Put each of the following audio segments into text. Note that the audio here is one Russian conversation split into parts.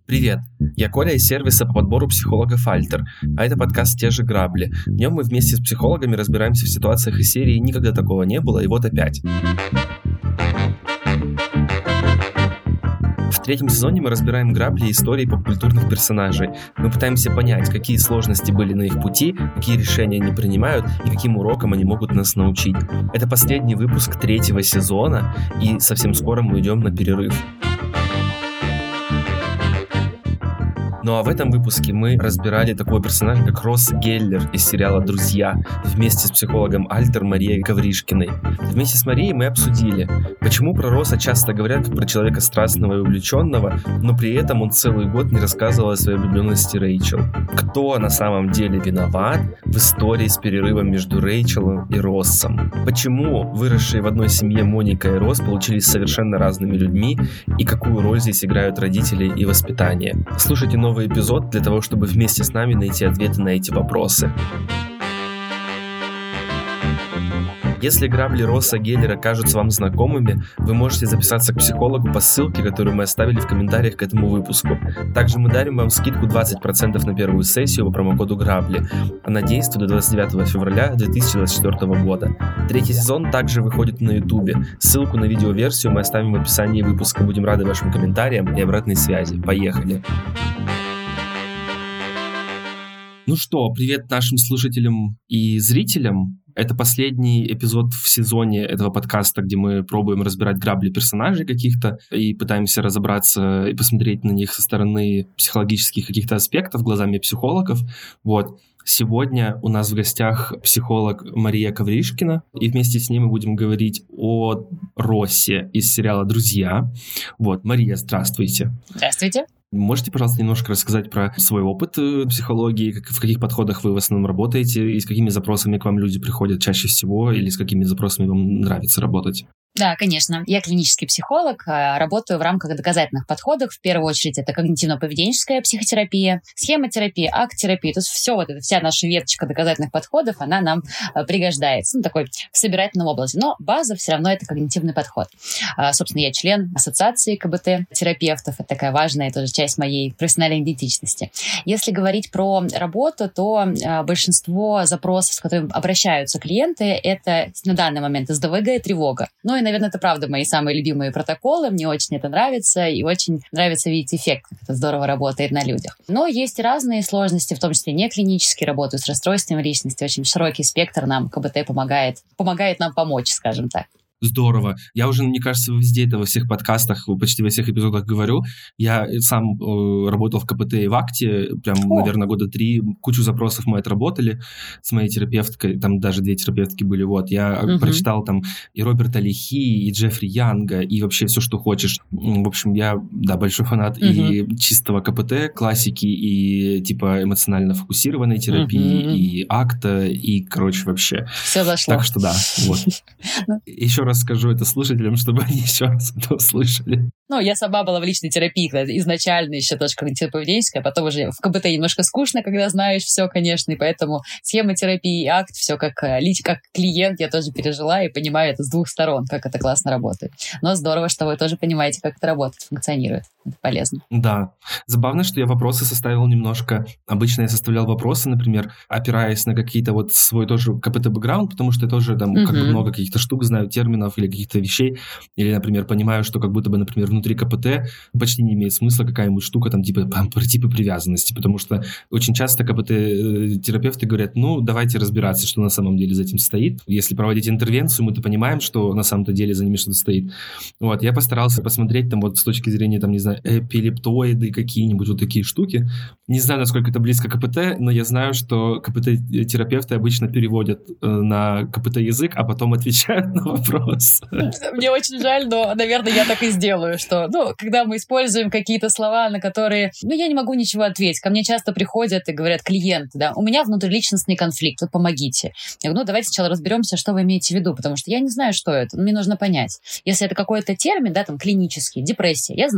Привет, я Коля из сервиса по подбору психологов Альтер, а это подкаст «Те же грабли». В нем мы вместе с психологами разбираемся в ситуациях из серии «Никогда такого не было, и вот опять». В третьем сезоне мы разбираем грабли и истории попкультурных персонажей. Мы пытаемся понять, какие сложности были на их пути, какие решения они принимают и каким урокам они могут нас научить. Это последний выпуск третьего сезона, и совсем скоро мы идем на перерыв. Ну а в этом выпуске мы разбирали такого персонажа, как Росс Геллер из сериала «Друзья», вместе с психологом Альтер Марией Ковришкиной. Вместе с Марией мы обсудили, почему про Росса часто говорят как про человека страстного и увлеченного, но при этом он целый год не рассказывал о своей влюбленности Рэйчел. Кто на самом деле виноват в истории с перерывом между Рэйчелом и Россом? Почему выросшие в одной семье Моника и Росс получились совершенно разными людьми, и какую роль здесь играют родители и воспитание? Слушайте новый эпизод для того, чтобы вместе с нами найти ответы на эти вопросы. Если грабли Росса Геллера кажутся вам знакомыми, вы можете записаться к психологу по ссылке, которую мы оставили в комментариях к этому выпуску. Также мы дарим вам скидку 20% на первую сессию по промокоду грабли. Она действует до 29 февраля 2024 года. Третий сезон также выходит на Ютубе. Ссылку на видеоверсию мы оставим в описании выпуска. Будем рады вашим комментариям и обратной связи. Поехали! Ну что, привет нашим слушателям и зрителям. Это последний эпизод в сезоне этого подкаста, где мы пробуем разбирать грабли персонажей каких-то и пытаемся разобраться и посмотреть на них со стороны психологических каких-то аспектов глазами психологов. Вот. Сегодня у нас в гостях психолог Мария Ковришкина, и вместе с ней мы будем говорить о Россе из сериала «Друзья». Вот, Мария, здравствуйте. Здравствуйте. Можете, пожалуйста, немножко рассказать про свой опыт психологии, в каких подходах вы в основном работаете, и с какими запросами к вам люди приходят чаще всего, или с какими запросами вам нравится работать? Да, конечно. Я клинический психолог, работаю в рамках доказательных подходов. В первую очередь это когнитивно-поведенческая психотерапия, схемотерапия, акт-терапия. То есть все вот это, вся наша веточка доказательных подходов, она нам пригождается. Ну, такой в собирательном образе. Но база все равно это когнитивный подход. Собственно, я член ассоциации КБТ-терапевтов. Это такая важная тоже часть моей профессиональной идентичности. Если говорить про работу, то большинство запросов, с которыми обращаются клиенты, это на данный момент СДВГ и тревога. Ну и, наверное, это правда мои самые любимые протоколы. Мне очень это нравится, и очень нравится видеть эффект, как это здорово работает на людях. Но есть и разные сложности, в том числе не клинические, работаю с расстройствами личности. Очень широкий спектр нам КБТ помогает нам помочь, скажем так. Здорово. Я уже, мне кажется, везде это во всех подкастах, почти во всех эпизодах говорю. Я сам работал в КПТ и в АКТе, прям, наверное, года 3. Кучу запросов мы отработали с моей терапевткой, там даже 2 терапевтки были. Вот. Я прочитал там и Роберта Лихи, и Джеффри Янга, и вообще все, что хочешь. В общем, я, да, большой фанат и чистого КПТ, классики, и типа эмоционально фокусированной терапии, и акта, и, короче, вообще. Все зашло. Так что да, вот. Еще раз скажу это слушателям, чтобы они еще раз это услышали. Ну, я сама была в личной терапии, когда изначально еще тоже когнитивно-поведенческая, потом уже в КБТ немножко скучно, когда знаешь все, конечно, и поэтому схемотерапия и акт, все как клиент я тоже пережила и понимаю это с двух сторон, как это классно работает. Но здорово, что вы тоже понимаете, как это работает, функционирует. Это полезно. Да. Забавно, что я вопросы составил немножко. Обычно я составлял вопросы, например, опираясь на какие-то вот свой тоже КПТ-бэкграунд, потому что я тоже там как бы много каких-то штук знаю, терминов или каких-то вещей. Или, например, понимаю, что как будто бы, например, внутри КПТ почти не имеет смысла какая-нибудь штука там типа про типы привязанности, потому что очень часто КПТ-терапевты говорят, ну, давайте разбираться, что на самом деле за этим стоит. Если проводить интервенцию, мы-то понимаем, что на самом-то деле за ними что-то стоит. Вот, я постарался посмотреть там вот с точки зрения, там, не знаю, эпилептоиды, какие-нибудь вот такие штуки. Не знаю, насколько это близко к КПТ, но я знаю, что КПТ-терапевты обычно переводят на КПТ-язык, а потом отвечают на вопрос. Мне очень жаль, но, наверное, я так и сделаю, что, когда мы используем какие-то слова, на которые, я не могу ничего ответить. Ко мне часто приходят и говорят клиенты, да, у меня внутриличностный конфликт, вот помогите. Я говорю, давайте сначала разберемся, что вы имеете в виду, потому что я не знаю, что это, мне нужно понять. Если это какой-то термин, да, там, клинический, депрессия, я знаю, что это.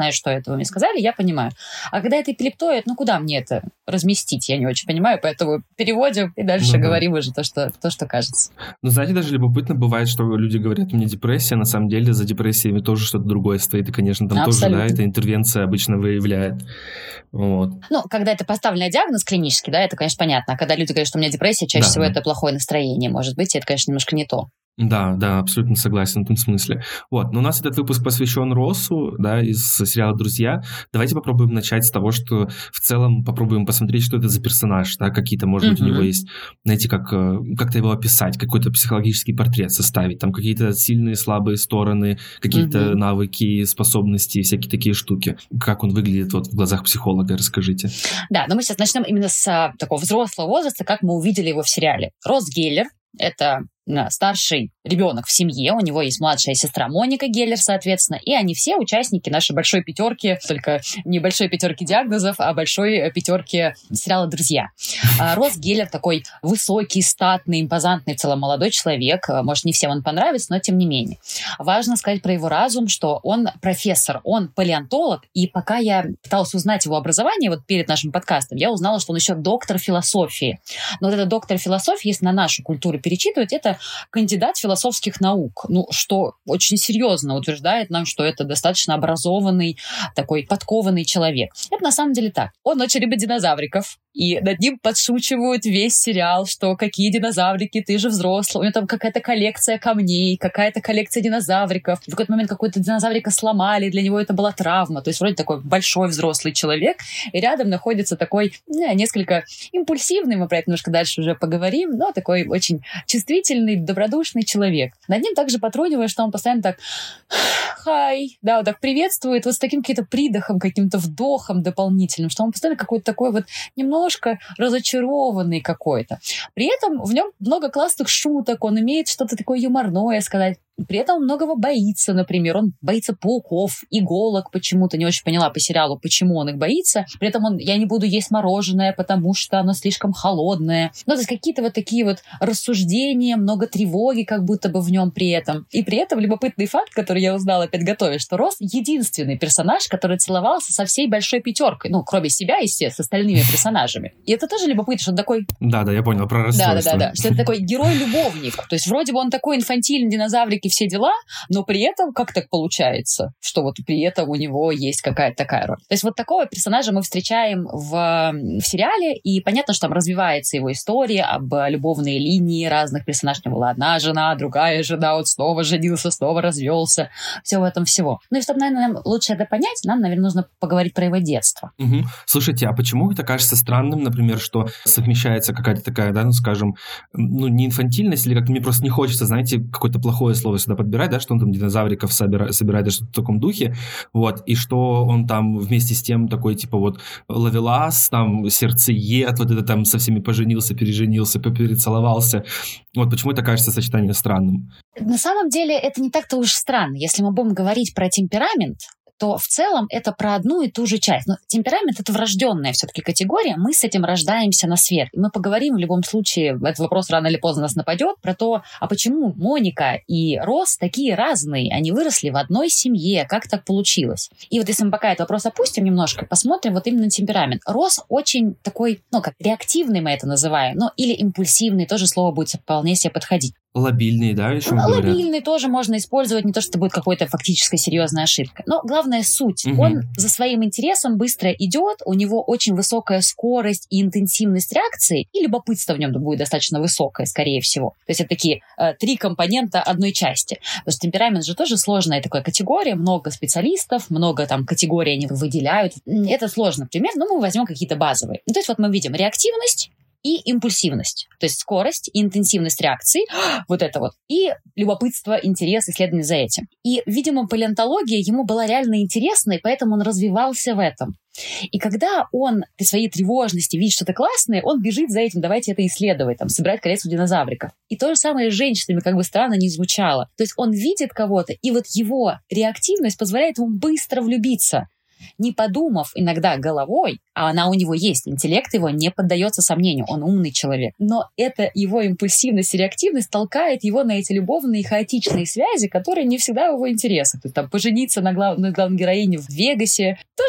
этого мне сказали, я понимаю. А когда это эпилептоид, куда мне это разместить, я не очень понимаю, поэтому переводим и дальше говорим уже то, что кажется. Знаете, даже любопытно бывает, что люди говорят, у меня депрессия, на самом деле за депрессиями тоже что-то другое стоит, и, конечно, там Абсолютно. тоже, эта интервенция обычно выявляет. Вот. Когда это поставленный диагноз клинический, это, конечно, понятно. А когда люди говорят, что у меня депрессия, чаще всего это плохое настроение, может быть, и это, конечно, немножко не то. Да, абсолютно согласен в этом смысле. Но у нас этот выпуск посвящен Россу, из сериала «Друзья». Давайте попробуем начать с того, что в целом попробуем посмотреть, что это за персонаж, какие-то, может быть, у него есть, знаете, как-то его описать, какой-то психологический портрет составить, там какие-то сильные, слабые стороны, какие-то навыки, способности, всякие такие штуки. Как он выглядит в глазах психолога, расскажите. Да, но мы сейчас начнем именно с такого взрослого возраста, как мы увидели его в сериале. Росс Геллер — это старший ребенок в семье, у него есть младшая сестра Моника Геллер, соответственно, и они все участники нашей большой пятерки, только не большой пятерки диагнозов, а большой пятерки сериала «Друзья». Росс Геллер такой высокий, статный, импозантный, в целом молодой человек. Может, не всем он понравится, но тем не менее. Важно сказать про его разум, что он профессор, он палеонтолог, и пока я пыталась узнать его образование, перед нашим подкастом, я узнала, что он еще доктор философии. Но этот доктор философии, если на нашу культуру перечитывать, это кандидат философских наук, что очень серьезно утверждает нам, что это достаточно образованный, такой подкованный человек. Это на самом деле так. Он очень любит динозавриков, и над ним подшучивают весь сериал, что какие динозаврики, ты же взрослый. У него там какая-то коллекция камней, какая-то коллекция динозавриков. В какой-то момент какой-то динозаврика сломали, для него это была травма. То есть вроде такой большой взрослый человек, и рядом находится такой несколько импульсивный, мы про это немножко дальше уже поговорим, но такой очень чувствительный, добродушный человек. Над ним также потрунивая, что он постоянно так «хай», так приветствует, с таким каким-то придохом, каким-то вдохом дополнительным, что он постоянно какой-то такой немножко разочарованный какой-то. При этом в нем много классных шуток, он умеет что-то такое юморное сказать. При этом он многого боится, например. Он боится пауков, иголок почему-то. Не очень поняла по сериалу, почему он их боится. При этом я не буду есть мороженое, потому что оно слишком холодное. То есть какие-то такие рассуждения, много тревоги как будто бы в нем при этом. И при этом любопытный факт, который я узнала опять готовясь, что Росс единственный персонаж, который целовался со всей большой пятеркой. Кроме себя, естественно, с остальными персонажами. И это тоже любопытно, что он такой... Да, я понял, про расстройство. Да. Что это такой герой-любовник. То есть вроде бы он такой инфантильный динозаврик и все дела, но при этом как так получается, что при этом у него есть какая-то такая роль. То есть такого персонажа мы встречаем в сериале, и понятно, что там развивается его история об любовной линии разных персонажей. У него была одна жена, другая жена, он снова женился, снова развелся. Все в этом всего. И чтобы, наверное, нам лучше это понять, нам, наверное, нужно поговорить про его детство. Слушайте, а почему это кажется странным, например, что совмещается какая-то такая, скажем, не инфантильность, или как-то мне просто не хочется, знаете, какое-то плохое слово сюда подбирать, что он там динозавриков собирает, что-то в таком духе, и что он там вместе с тем такой, ловелас, там, сердцеед, это там со всеми поженился, переженился, перецеловался. Почему это кажется сочетание странным? На самом деле это не так-то уж странно. Если мы будем говорить про темперамент, то в целом это про одну и ту же часть. Но темперамент — это врожденная все-таки категория, мы с этим рождаемся на свет. И мы поговорим в любом случае, этот вопрос рано или поздно нас нападет, про то, а почему Моника и Росс такие разные, они выросли в одной семье, как так получилось? И если мы пока этот вопрос опустим немножко, посмотрим именно на темперамент. Росс очень такой, реактивный мы это называем, или импульсивный, тоже слово будет вполне себе подходить. Лобильный, еще говорят. Лобильный тоже можно использовать, не то, что это будет какой-то фактической серьезная ошибка. Но главная суть. Он за своим интересом быстро идет, у него очень высокая скорость и интенсивность реакции, и любопытство в нем будет достаточно высокое, скорее всего. То есть это такие 3 компонента одной части. Потому что темперамент же тоже сложная такая категория, много специалистов, много там категорий они выделяют. Это сложно, например, но мы возьмем какие-то базовые. То есть мы видим реактивность и импульсивность. То есть скорость и интенсивность реакции, и любопытство, интерес, исследование за этим. И, видимо, палеонтология ему была реально интересна, и поэтому он развивался в этом. И когда он при своей тревожности видит что-то классное, он бежит за этим, давайте это исследовать, собирать коллекцию динозавриков. И то же самое с женщинами, как бы странно ни звучало. То есть он видит кого-то, и его реактивность позволяет ему быстро влюбиться. Не подумав иногда головой, а она у него есть, интеллект его не поддается сомнению, он умный человек. Но это его импульсивность и реактивность толкает его на эти любовные хаотичные связи, которые не всегда в его интересах. То есть пожениться на главной героине в Вегасе,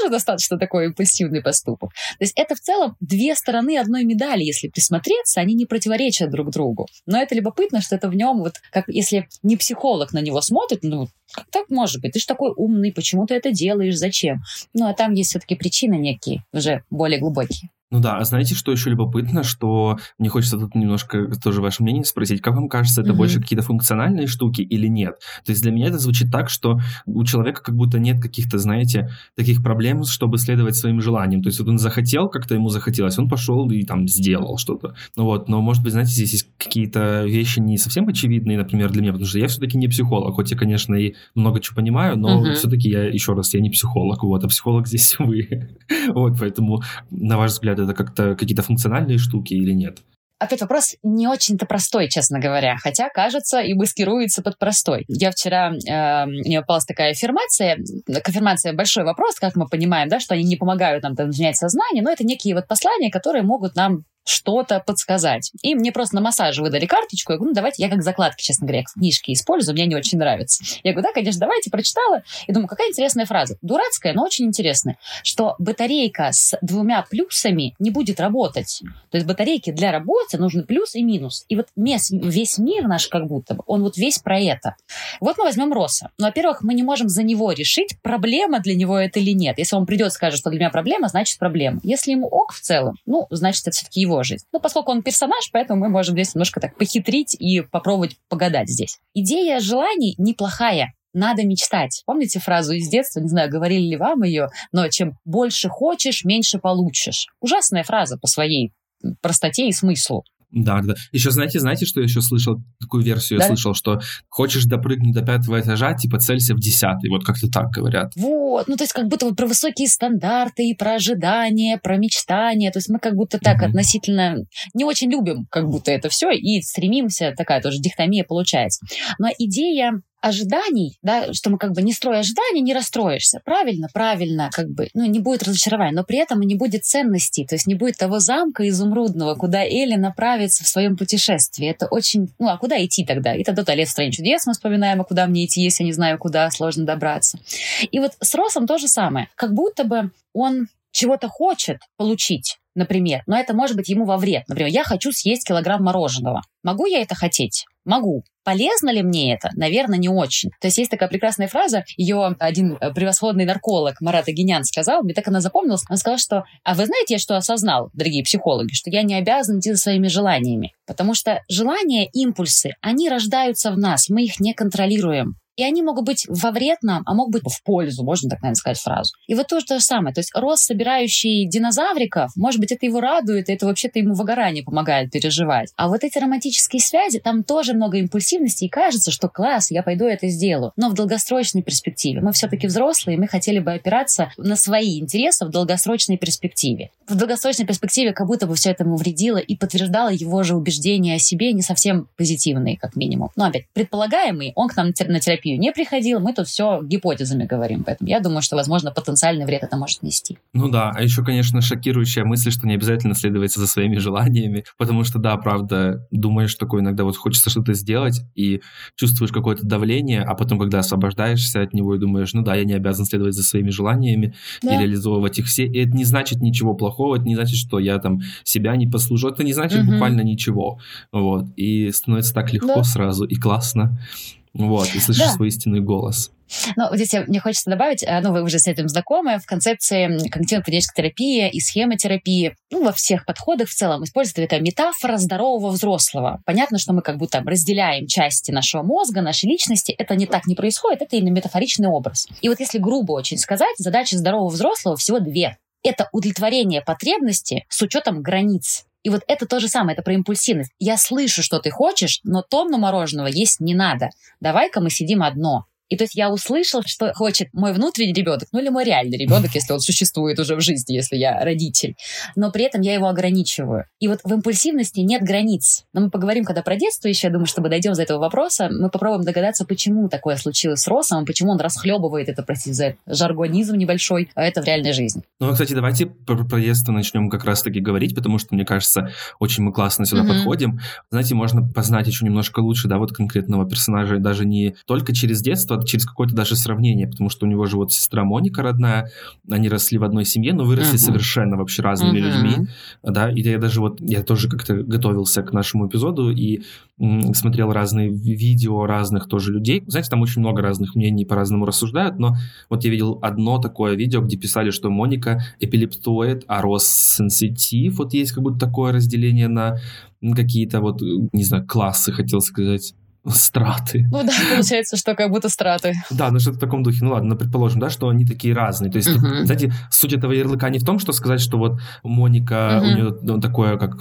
тоже достаточно такой импульсивный поступок. То есть это в целом две стороны одной медали, если присмотреться, они не противоречат друг другу. Но это любопытно, что это в нем, вот как если не психолог на него смотрит, ну, как так может быть? Ты же такой умный, почему ты это делаешь, зачем? Ну, а там есть все-таки причины некие, уже более глубокие. Ну да, а знаете, что еще любопытно, что мне хочется тут немножко тоже ваше мнение спросить, как вам кажется, это больше какие-то функциональные штуки или нет? То есть для меня это звучит так, что у человека как будто нет каких-то, знаете, таких проблем, чтобы следовать своим желаниям. То есть вот он захотел, как-то ему захотелось, он пошел и там сделал что-то. Ну вот, но может быть, знаете, здесь есть какие-то вещи не совсем очевидные, например, для меня, потому что я все-таки не психолог, хоть я, конечно, и много чего понимаю, но все-таки я, еще раз, я не психолог, вот, а психолог здесь вы. Вот, поэтому, на ваш взгляд, это как-то какие-то функциональные штуки или нет? Опять вопрос не очень-то простой, честно говоря, хотя, кажется, и маскируется под простой. Я вчера, мне попалась такая аффирмация. Аффирмация — большой вопрос, как мы понимаем, да, что они не помогают нам изменять сознание, но это некие вот послания, которые могут нам что-то подсказать. И мне просто на массаже выдали карточку. Я говорю, ну, давайте, я как закладки, честно говоря, книжки использую, мне не очень нравится. Я говорю, да, конечно, давайте, прочитала. И думаю, какая интересная фраза. Дурацкая, но очень интересная. Что батарейка с 2 плюсами не будет работать. То есть батарейке для работы нужны плюс и минус. И вот весь мир наш как будто бы, он вот весь про это. Вот мы возьмем Росса. Ну, во-первых, мы не можем за него решить, проблема для него это или нет. Если он придет и скажет, что для меня проблема, значит проблема. Если ему ок в целом, ну, значит, это все-таки его жизнь. Ну, поскольку он персонаж, поэтому мы можем здесь немножко так похитрить и попробовать погадать здесь. Идея желаний неплохая. Надо мечтать. Помните фразу из детства? Не знаю, говорили ли вам ее, но чем больше хочешь, меньше получишь. Ужасная фраза по своей простоте и смыслу. Да. Еще знаете, что я еще слышал? Такую версию я слышал, что хочешь допрыгнуть до 5-го этажа, типа целься в 10-й. Вот как-то так говорят. Вот, ну то есть как будто вот про высокие стандарты, и про ожидания, про мечтания. То есть мы как будто так относительно не очень любим как будто это все и стремимся, такая тоже дихотомия получается. Но идея ожиданий, да, что мы как бы не строя ожиданий, не расстроишься. Правильно, как бы, ну, не будет разочарования, но при этом и не будет ценностей, то есть не будет того замка изумрудного, куда Элли направится в своем путешествии. Это очень... Ну, а куда идти тогда? И тогда «Алиса в стране чудес» мы вспоминаем, а куда мне идти, если я не знаю, куда, сложно добраться. И вот с Россом то же самое. Как будто бы он чего-то хочет получить, например, но это может быть ему во вред. Например, я хочу съесть килограмм мороженого. Могу я это хотеть? Могу. Полезно ли мне это? Наверное, не очень. То есть есть такая прекрасная фраза, ее один превосходный нарколог Марат Агинян сказал, мне так она запомнилась, он сказал, что, а вы знаете, я что осознал, дорогие психологи, что я не обязан идти за своими желаниями, потому что желания, импульсы, они рождаются в нас, мы их не контролируем. И они могут быть во вред нам, а могут быть в пользу, можно так, наверное, сказать фразу. И вот то же самое. То есть Росс, собирающий динозавриков, может быть, это его радует, и это вообще-то ему выгорание помогает переживать. А вот эти романтические связи, там тоже много импульсивности, и кажется, что класс, я пойду это сделаю. Но в долгосрочной перспективе. Мы все-таки взрослые, мы хотели бы опираться на свои интересы в долгосрочной перспективе. В долгосрочной перспективе как будто бы все это ему вредило и подтверждало его же убеждения о себе не совсем позитивные, как минимум. Но опять, предполагаемый, он к нам на терапию не приходил, мы тут все гипотезами говорим, поэтому я думаю, что, возможно, потенциальный вред это может нести. Ну да, а еще, конечно, шокирующая мысль, что не обязательно следовать за своими желаниями, потому что, да, правда, думаешь такое иногда, вот хочется что-то сделать, и чувствуешь какое-то давление, а потом, когда освобождаешься от него и думаешь, ну да, я не обязан следовать за своими желаниями и реализовывать их все, и это не значит ничего плохого, это не значит, что я там себя не послужу, это не значит буквально ничего, вот, и становится так легко сразу и классно. Вот, и слышишь свой истинный голос. Ну, вот здесь мне хочется добавить, ну, вы уже с этим знакомы, в концепции когнитивно-поведенческой терапии и схемотерапии, ну, во всех подходах в целом используется такая метафора здорового взрослого. Понятно, что мы как будто разделяем части нашего мозга, нашей личности. Это не так не происходит, это именно метафоричный образ. И вот если грубо очень сказать, задача здорового взрослого всего две. Это удовлетворение потребности с учетом границ. И вот это то же самое, это про импульсивность. Я слышу, что ты хочешь, но тонну мороженого есть не надо. Давай-ка мы сидим одно. И то есть я услышал, что хочет мой внутренний ребенок, ну или мой реальный ребенок, если он существует уже в жизни, если я родитель. Но при этом я его ограничиваю. И вот в импульсивности нет границ. Но мы поговорим, когда про детство еще, я думаю, чтобы дойдем до этого вопроса, мы попробуем догадаться, почему такое случилось с Россом, почему он расхлебывает это, простите за жаргонизм небольшой, а это в реальной жизни. Ну, кстати, давайте про детство начнем как раз-таки говорить, потому что, мне кажется, очень мы классно сюда подходим. Знаете, можно познать еще немножко лучше, да, вот конкретного персонажа, даже не только через детство, через какое-то даже сравнение, потому что у него же вот сестра Моника родная, они росли в одной семье, но выросли совершенно вообще разными людьми, да, и я тоже как-то готовился к нашему эпизоду и смотрел разные видео разных тоже людей. Знаете, там очень много разных мнений, по-разному рассуждают, но вот я видел одно такое видео, где писали, что Моника эпилептоид, а Росс сенситив. Вот есть как будто такое разделение на какие-то вот, не знаю, классы, хотел сказать. Страты. Ну да, получается, что как будто страты. Да, ну что-то в таком духе. Ну ладно, предположим, да, что они такие разные. То есть, знаете, суть этого ярлыка не в том, что сказать, что вот Моника, у нее такое, как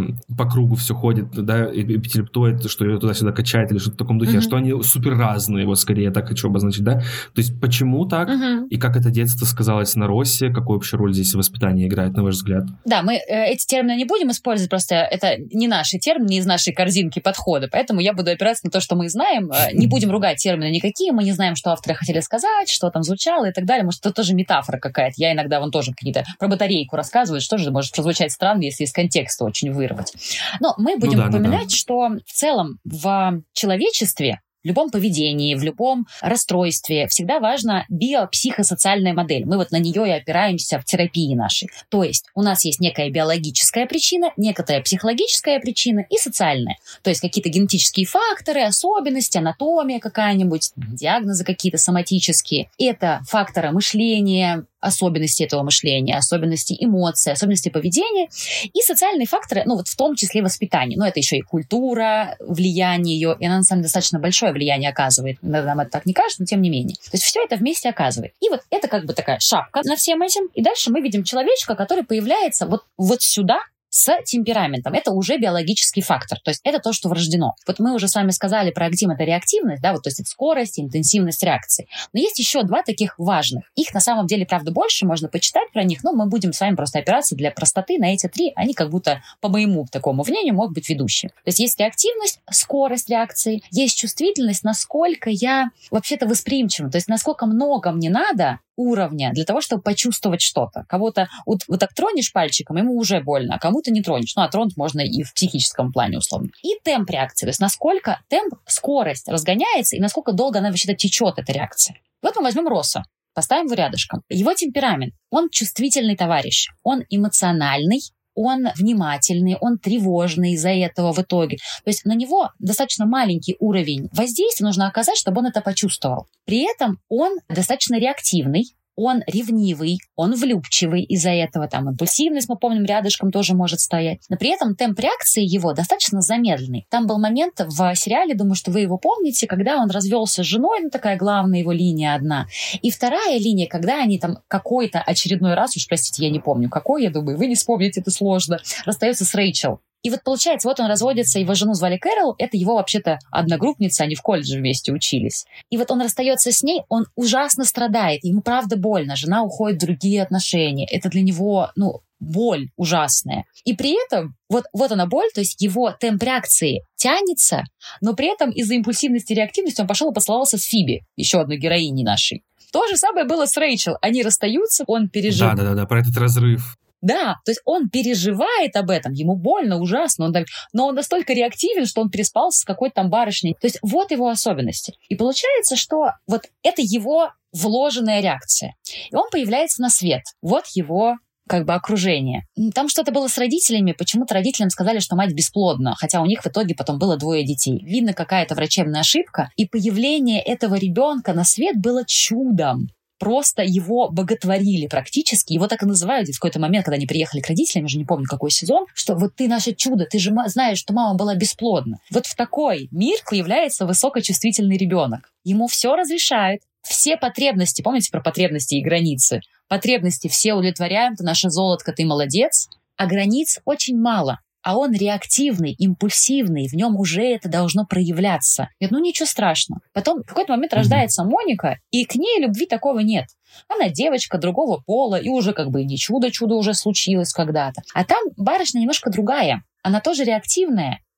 по кругу все ходит, да, эпилептоид, что ее туда-сюда качает или что-то в таком духе, а что они супер разные, вот скорее я так хочу обозначить, да. То есть, почему так, и как это детство сказалось на Россе, какую вообще роль здесь воспитание играет, на ваш взгляд? Да, мы эти термины не будем использовать, просто это не наши термины, не из нашей корзинки подхода, поэтому я буду опираться на то, что мы знаем, не будем ругать термины никакие, мы не знаем, что авторы хотели сказать, что там звучало и так далее. Может, это тоже метафора какая-то. Я иногда вон тоже какие-то про батарейку рассказываю, что же может прозвучать странно, если из контекста очень вырвать. Но мы будем упоминать, что в целом в человечестве в любом поведении, в любом расстройстве всегда важна биопсихосоциальная модель. Мы вот на нее и опираемся в терапии нашей. То есть у нас есть некая биологическая причина, некоторая психологическая причина и социальная. То есть какие-то генетические факторы, особенности, анатомия какая-нибудь, диагнозы какие-то соматические. Это факторы мышления, особенности этого мышления, особенности эмоций, особенности поведения и социальные факторы, ну вот в том числе воспитание. Но это еще и культура, влияние ее, и она на самом деле достаточно большое влияние оказывает. Иногда нам это так не кажется, но тем не менее. То есть все это вместе оказывает. И вот это как бы такая шапка над всем этим. И дальше мы видим человечка, который появляется вот сюда, с темпераментом. Это уже биологический фактор. То есть это то, что врождено. Вот мы уже с вами сказали про актив, это реактивность, да, вот, то есть это скорость, интенсивность реакции. Но есть еще два таких важных. Их на самом деле, правда, больше, можно почитать про них, но мы будем с вами просто опираться для простоты на эти три. Они как будто, по моему такому мнению, могут быть ведущими. То есть есть реактивность, скорость реакции, есть чувствительность, насколько я вообще-то восприимчива, то есть насколько много мне надо уровня для того, чтобы почувствовать что-то. Кого-то вот так тронешь пальчиком, ему уже больно, а кому-то не тронешь. Ну, а тронуть можно и в психическом плане, условно. И темп реакции, то есть насколько темп, скорость разгоняется и насколько долго она вообще-то течет, эта реакция. Вот мы возьмем Росса, поставим его рядышком. Его темперамент, он чувствительный товарищ, он эмоциональный, он внимательный, он тревожный из-за этого в итоге. То есть на него достаточно маленький уровень воздействия нужно оказать, чтобы он это почувствовал. При этом он достаточно реактивный, он ревнивый, он влюбчивый из-за этого. Там импульсивность, мы помним, рядышком тоже может стоять. Но при этом темп реакции его достаточно замедленный. Там был момент в сериале, думаю, что вы его помните, когда он развелся с женой, ну такая главная его линия одна. И вторая линия, когда они там какой-то очередной раз, уж простите, я не помню какой, я думаю, вы не вспомните, это сложно, расстается с Рэйчел. И вот получается, вот он разводится, его жену звали Кэрол, это его вообще-то одногруппница, они в колледже вместе учились. И вот он расстается с ней, он ужасно страдает, ему правда больно, жена уходит в другие отношения, это для него, боль ужасная. И при этом, вот она боль, то есть его темп реакции тянется, но при этом из-за импульсивности и реактивности он пошел и поцеловался с Фиби, еще одной героиней нашей. То же самое было с Рэйчел, они расстаются, он пережил. Да, про этот разрыв. Да, то есть он переживает об этом, ему больно, ужасно, но он настолько реактивен, что он переспался с какой-то там барышней. То есть вот его особенности. И получается, что вот это его вложенная реакция. И он появляется на свет. Вот его как бы окружение. Там что-то было с родителями, почему-то родителям сказали, что мать бесплодна, хотя у них в итоге потом было 2 детей. Видно, какая-то врачебная ошибка, и появление этого ребенка на свет было чудом. Просто его боготворили практически. Его так и называют в какой-то момент, когда они приехали к родителям, я уже не помню, какой сезон, что вот ты наше чудо, ты же знаешь, что мама была бесплодна. Вот в такой мир появляется высокочувствительный ребенок. Ему все разрешают, все потребности, помните про потребности и границы? Потребности все удовлетворяем, ты наша золотко, ты молодец, а границ очень мало. А он реактивный, импульсивный, в нем уже это должно проявляться. И, ничего страшного. Потом в какой-то момент рождается Моника, и к ней любви такого нет. Она девочка другого пола, и уже как бы не чудо уже случилось когда-то. А там барышня немножко другая. Она тоже реактивная,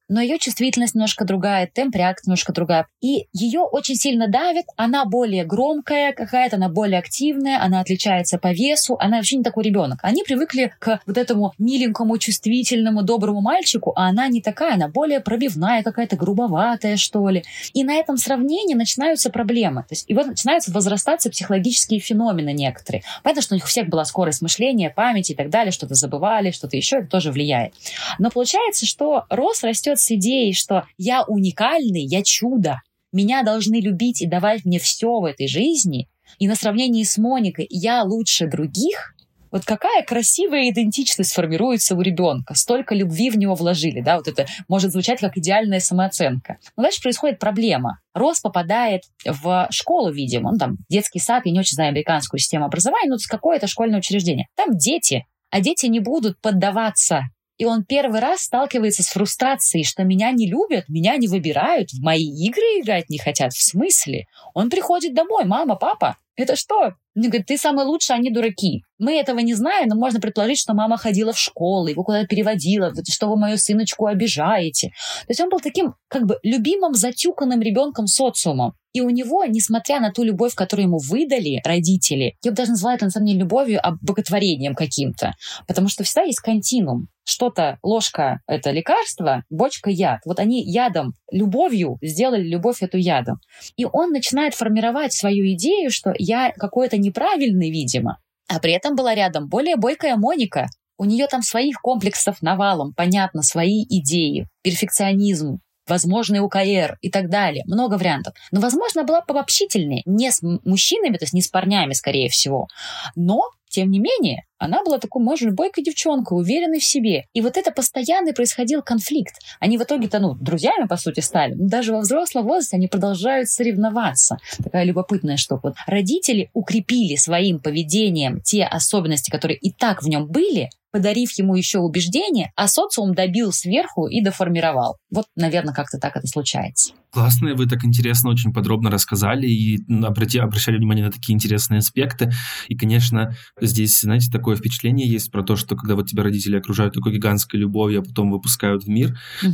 но ее чувствительность немножко другая, темп реакции немножко другая. И ее очень сильно давит, она более громкая какая-то, она более активная, она отличается по весу, она вообще не такой ребенок. Они привыкли к вот этому миленькому, чувствительному, доброму мальчику, а она не такая, она более пробивная какая-то, грубоватая, что ли. И на этом сравнении начинаются проблемы. То есть, и вот начинаются возрастаться психологические феномены некоторые. Понятно, что у них у всех была скорость мышления, памяти и так далее, что-то забывали, что-то еще, это тоже влияет. Но получается, что рост растет с идеей, что я уникальный, я чудо, меня должны любить и давать мне все в этой жизни, и на сравнении с Моникой я лучше других. Вот какая красивая идентичность формируется у ребенка. Столько любви в него вложили, да, вот это может звучать как идеальная самооценка. Но дальше происходит проблема. Рос попадает в школу, видимо, там детский сад, я не очень знаю американскую систему образования, но это какое-то школьное учреждение. Там дети, а дети не будут поддаваться. И он первый раз сталкивается с фрустрацией, что меня не любят, меня не выбирают, в мои игры играть не хотят. В смысле? Он приходит домой, мама, папа, это что? Он говорит, ты самый лучший, они дураки. Мы этого не знаем, но можно предположить, что мама ходила в школу, его куда-то переводила, что вы мою сыночку обижаете. То есть он был таким как бы любимым, затюканным ребенком социумом. И у него, несмотря на ту любовь, которую ему выдали родители, я бы даже назвала это на самом деле любовью, а боготворением каким-то. Потому что всегда есть континуум. Что-то, ложка — это лекарство, бочка — яд. Вот они ядом, любовью сделали любовь эту ядом. И он начинает формировать свою идею, что я какой-то неправильный, видимо. А при этом была рядом более бойкая Моника. У нее там своих комплексов навалом, понятно, свои идеи, перфекционизм, возможный УКР и так далее. Много вариантов. Но, возможно, была пообщительнее. Не с мужчинами, то есть не с парнями, скорее всего. Но, тем не менее, она была такой, может, бойкой девчонкой, уверенной в себе. И вот это постоянный происходил конфликт. Они в итоге-то, друзьями, по сути, стали. Но даже во взрослом возрасте они продолжают соревноваться. Такая любопытная штука. Вот родители укрепили своим поведением те особенности, которые и так в нем были, подарив ему еще убеждение, а социум добил сверху и доформировал. Вот, наверное, как-то так это случается. Классно, вы так интересно, очень подробно рассказали и обращали внимание на такие интересные аспекты. И, конечно, здесь, знаете, такое впечатление есть про то, что когда вот тебя родители окружают такой гигантской любовью, а потом выпускают в мир,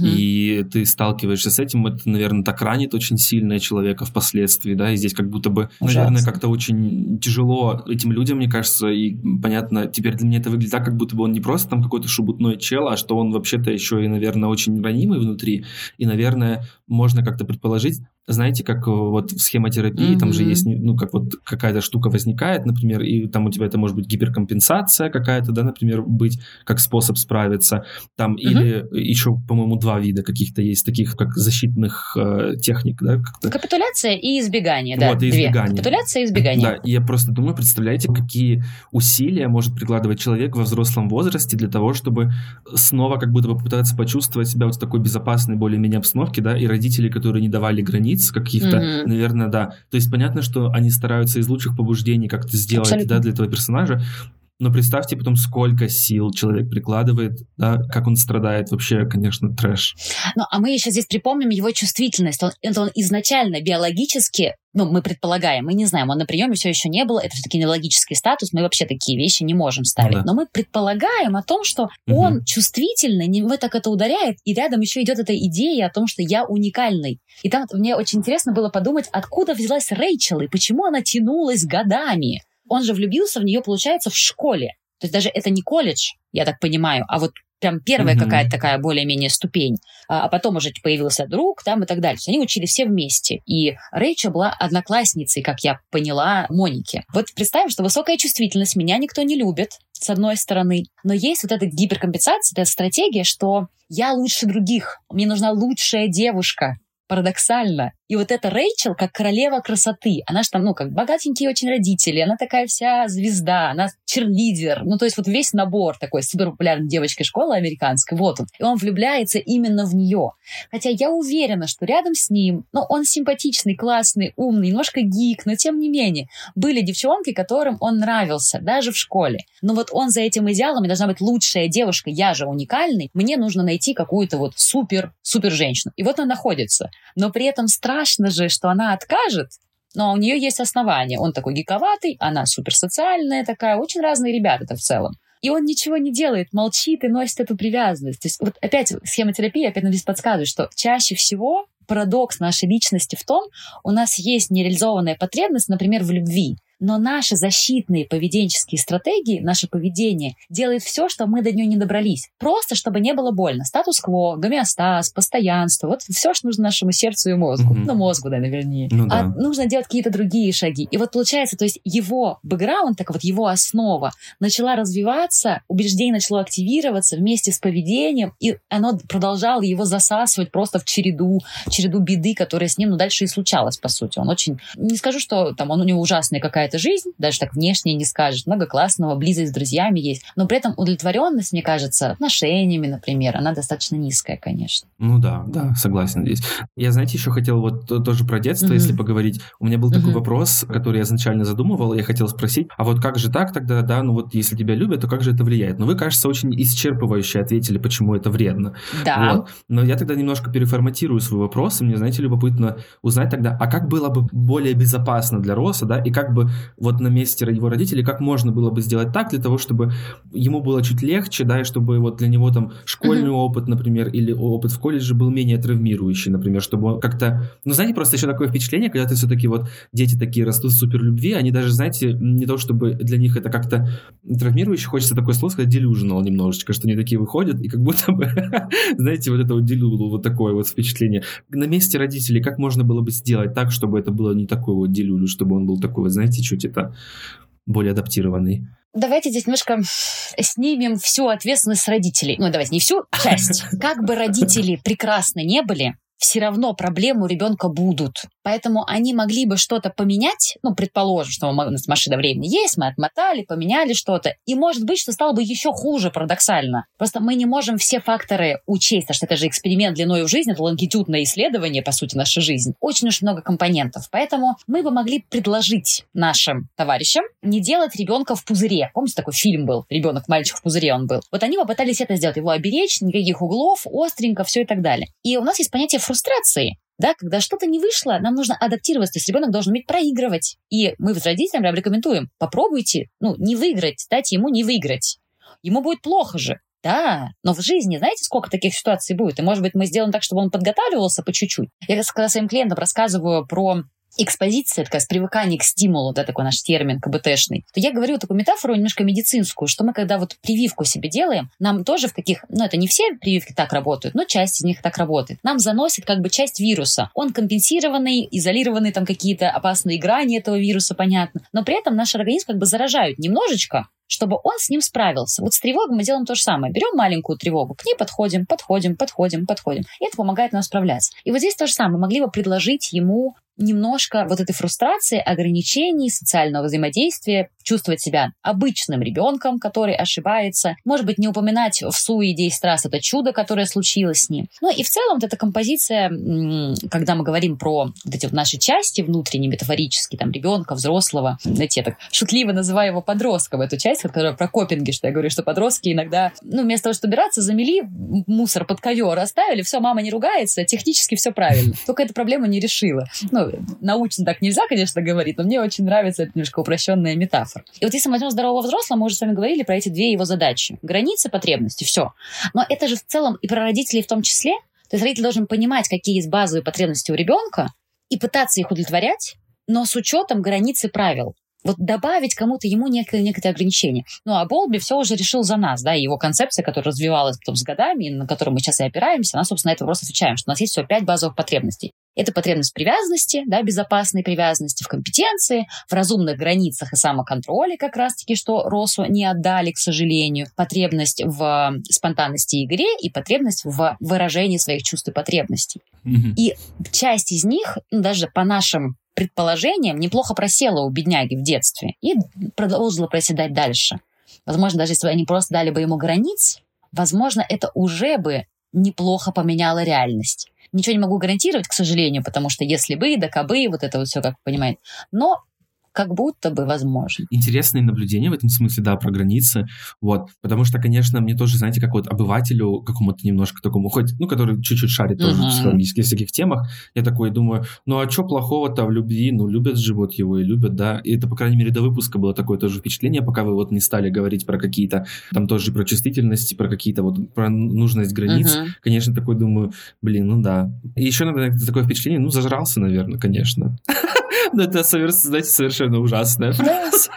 и ты сталкиваешься с этим, это, наверное, так ранит очень сильно человека впоследствии, да, и здесь как будто бы, наверное, как-то очень тяжело этим людям, мне кажется, и понятно, теперь для меня это выглядит так, как будто бы он не просто там какой-то шебутной чел, а что он вообще-то еще и, наверное, очень ранимый внутри, и, наверное, можно как-то предположить, знаете, как вот в схемотерапии, там же есть, как вот какая-то штука возникает, например, и там у тебя это может быть гиперкомпенсация какая-то, да, например, быть как способ справиться, там, или еще, по-моему, 2 вида каких-то есть, таких как защитных техник, да? Как-то. Капитуляция и избегание, да. Вот, и избегание. Капитуляция и избегание. Да, и я просто думаю, представляете, какие усилия может прикладывать человек во взрослом возрасте для того, чтобы снова как будто бы попытаться почувствовать себя вот в такой безопасной более-менее обстановке, да, и родители, которые не давали границ каких-то, наверное, да. То есть понятно, что они стараются из лучших побуждений как-то сделать, да, для этого персонажа, но представьте потом, сколько сил человек прикладывает, да, как он страдает, вообще, конечно, трэш. Ну, а мы еще здесь припомним его чувствительность. Он изначально биологически, мы предполагаем, мы не знаем, он на приеме все еще не был, это все-таки неврологический статус, мы вообще такие вещи не можем ставить. Но мы предполагаем о том, что он чувствительный, мы так это ударяет, и рядом еще идет эта идея о том, что я уникальный. И там мне очень интересно было подумать, откуда взялась Рэйчел, и почему она тянулась годами. Он же влюбился в нее, получается, в школе. То есть даже это не колледж, я так понимаю, а вот прям первая какая-то такая более-менее ступень. А потом уже появился друг там и так далее. То есть они учились все вместе. И Рэйчел была одноклассницей, как я поняла, Моники. Вот представим, что высокая чувствительность, меня никто не любит, с одной стороны. Но есть вот эта гиперкомпенсация, эта стратегия, что я лучше других, мне нужна лучшая девушка. Парадоксально. И вот эта Рэйчел как королева красоты. Она же там, как богатенькие очень родители. Она такая вся звезда. Она черлидер. То есть вот весь набор такой суперпопулярной девочки школы американской. Вот он. И он влюбляется именно в нее. Хотя я уверена, что рядом с ним, он симпатичный, классный, умный, немножко гик, но тем не менее, были девчонки, которым он нравился, даже в школе. Но вот он за этим идеалом, и должна быть лучшая девушка, я же уникальный, мне нужно найти какую-то вот супер женщину. И вот она находится. Но при этом страшно же, что она откажет, но у нее есть основания. Он такой гиковатый, она суперсоциальная такая, очень разные ребята-то в целом. И он ничего не делает, молчит и носит эту привязанность. То есть вот опять схема терапии, опять нам здесь подсказывает, что чаще всего парадокс нашей личности в том, у нас есть нереализованная потребность, например, в любви. Но наши защитные поведенческие стратегии, наше поведение делает все, что мы до нее не добрались. Просто, чтобы не было больно. Статус-кво, гомеостаз, постоянство. Вот все, что нужно нашему сердцу и мозгу. Ну, мозгу, да, вернее. А нужно делать какие-то другие шаги. И вот получается, то есть его бэкграунд, так вот его основа начала развиваться, убеждение начало активироваться вместе с поведением, и оно продолжало его засасывать просто в череду беды, которая с ним, дальше и случалась, по сути. Он очень... Не скажу, что там у него ужасная какая-то жизнь, даже так внешне не скажешь, много классного, близость с друзьями есть, но при этом удовлетворенность, мне кажется, отношениями, например, она достаточно низкая, конечно. Ну да, согласен здесь. Я, знаете, еще хотел вот тоже про детство, если поговорить. У меня был такой вопрос, который я изначально задумывал, я хотел спросить, а вот как же так тогда, да, ну вот если тебя любят, то как же это влияет? Но вы, кажется, очень исчерпывающе ответили, почему это вредно. Да. Вот. Но я тогда немножко переформатирую свой вопрос, и мне, знаете, любопытно узнать тогда, а как было бы более безопасно для Росса, да, и как бы вот на месте его родителей, как можно было бы сделать так для того, чтобы ему было чуть легче, да, и чтобы вот для него там школьный опыт, например, или опыт в колледже был менее травмирующий, например, чтобы он как-то... Ну, знаете, просто еще такое впечатление, когда ты все-таки вот дети такие растут в суперлюбви, они даже, знаете, не то чтобы для них это как-то травмирующе, хочется такое слово сказать, delusional немножечко, что они такие выходят, и как будто бы, знаете, вот это вот delusional, вот такое вот впечатление. На месте родителей как можно было бы сделать так, чтобы это было не такой вот delusional, чтобы он был такой, вот, знаете, чуть это более адаптированный? Давайте здесь немножко снимем всю ответственность с родителей. Ну, давайте не всю, часть. Как бы родители прекрасны не были, все равно проблемы у ребенка будут. Поэтому они могли бы что-то поменять, ну, предположим, что у нас машина времени есть, мы отмотали, поменяли что-то, и может быть, что стало бы еще хуже парадоксально. Просто мы не можем все факторы учесть, потому что это же эксперимент длиной в жизнь, это лонгитюдное исследование, по сути, наша жизнь. Очень уж много компонентов. Поэтому мы бы могли предложить нашим товарищам не делать ребенка в пузыре. Помните, такой фильм был «Ребенок, мальчик в пузыре» он был. Вот они попытались это сделать, его оберечь, никаких углов, остренько, все и так далее. И у нас есть понятие фрустрации. Да, когда что-то не вышло, нам нужно адаптироваться, то есть ребенок должен уметь проигрывать. И мы с родителям прям рекомендуем, попробуйте, не выиграть, дайте ему не выиграть. Ему будет плохо же. Да, но в жизни, знаете, сколько таких ситуаций будет? И, может быть, мы сделаем так, чтобы он подготавливался по чуть-чуть. Я когда своим клиентам рассказываю про экспозиция, такая с привыканием к стимулу, да, такой наш термин КБТшный, то я говорю такую метафору немножко медицинскую, что мы, когда вот прививку себе делаем, нам тоже в таких, это не все прививки так работают, но часть из них так работает. Нам заносит как бы часть вируса. Он компенсированный, изолированный, там какие-то опасные грани этого вируса, понятно. Но при этом наш организм как бы заражают немножечко, чтобы он с ним справился. Вот с тревогой мы делаем то же самое. Берем маленькую тревогу, к ней подходим. И это помогает нам справляться. И вот здесь то же самое. Мы могли бы предложить ему немножко вот этой фрустрации, ограничений, социального взаимодействия, чувствовать себя обычным ребенком, который ошибается. Может быть, не упоминать в суе 10 раз это чудо, которое случилось с ним. Ну и в целом вот эта композиция, когда мы говорим про вот эти вот наши части внутренние, метафорические, там, ребенка, взрослого, знаете, я так шутливо называю его подростком, эту часть, которая про копинги, что я говорю, что подростки иногда, вместо того, чтобы убираться, замели мусор под ковер, оставили, все, мама не ругается, технически все правильно. Только эта проблема не решила. Научно так нельзя, конечно, говорить, но мне очень нравится эта немножко упрощенная метафора. И вот если мы возьмем здорового взрослого, мы уже с вами говорили про эти две его задачи. Границы, потребности, все. Но это же в целом и про родителей в том числе. То есть родитель должен понимать, какие есть базовые потребности у ребенка и пытаться их удовлетворять, но с учетом границ и правил. Вот добавить кому-то ему некоторые ограничения. А Болби все уже решил за нас, да, и его концепция, которая развивалась потом с годами, на которую мы сейчас и опираемся, она, собственно, на это вопрос отвечаем, что у нас есть всего 5 базовых потребностей. Это потребность в привязанности, да, безопасной привязанности, в компетенции, в разумных границах и самоконтроле, как раз-таки, что Россу не отдали, к сожалению, потребность в спонтанности и игре и потребность в выражении своих чувств и потребностей. И часть из них, даже по нашим предположением, неплохо просела у бедняги в детстве и продолжила проседать дальше. Возможно, даже если бы они просто дали бы ему границ, возможно, это уже бы неплохо поменяло реальность. Ничего не могу гарантировать, к сожалению, потому что если бы, да кабы, вот это вот все, как вы понимаете. Но как будто бы возможен. Интересные наблюдения в этом смысле, да, про границы, вот, потому что, конечно, мне тоже, знаете, как вот обывателю какому-то немножко такому, хоть, ну, который чуть-чуть шарит тоже в психологических всяких темах, я такой думаю, ну, а что плохого-то в любви, ну, любят же вот его и любят, да, и это, по крайней мере, до выпуска было такое тоже впечатление, пока вы вот не стали говорить про какие-то, там тоже про чувствительность, про какие-то вот, про нужность границ, конечно, такой думаю, блин, ну да. И еще иногда такое впечатление, ну, зажрался, наверное, конечно. Но это, знаете, совершенно ужасная фраза.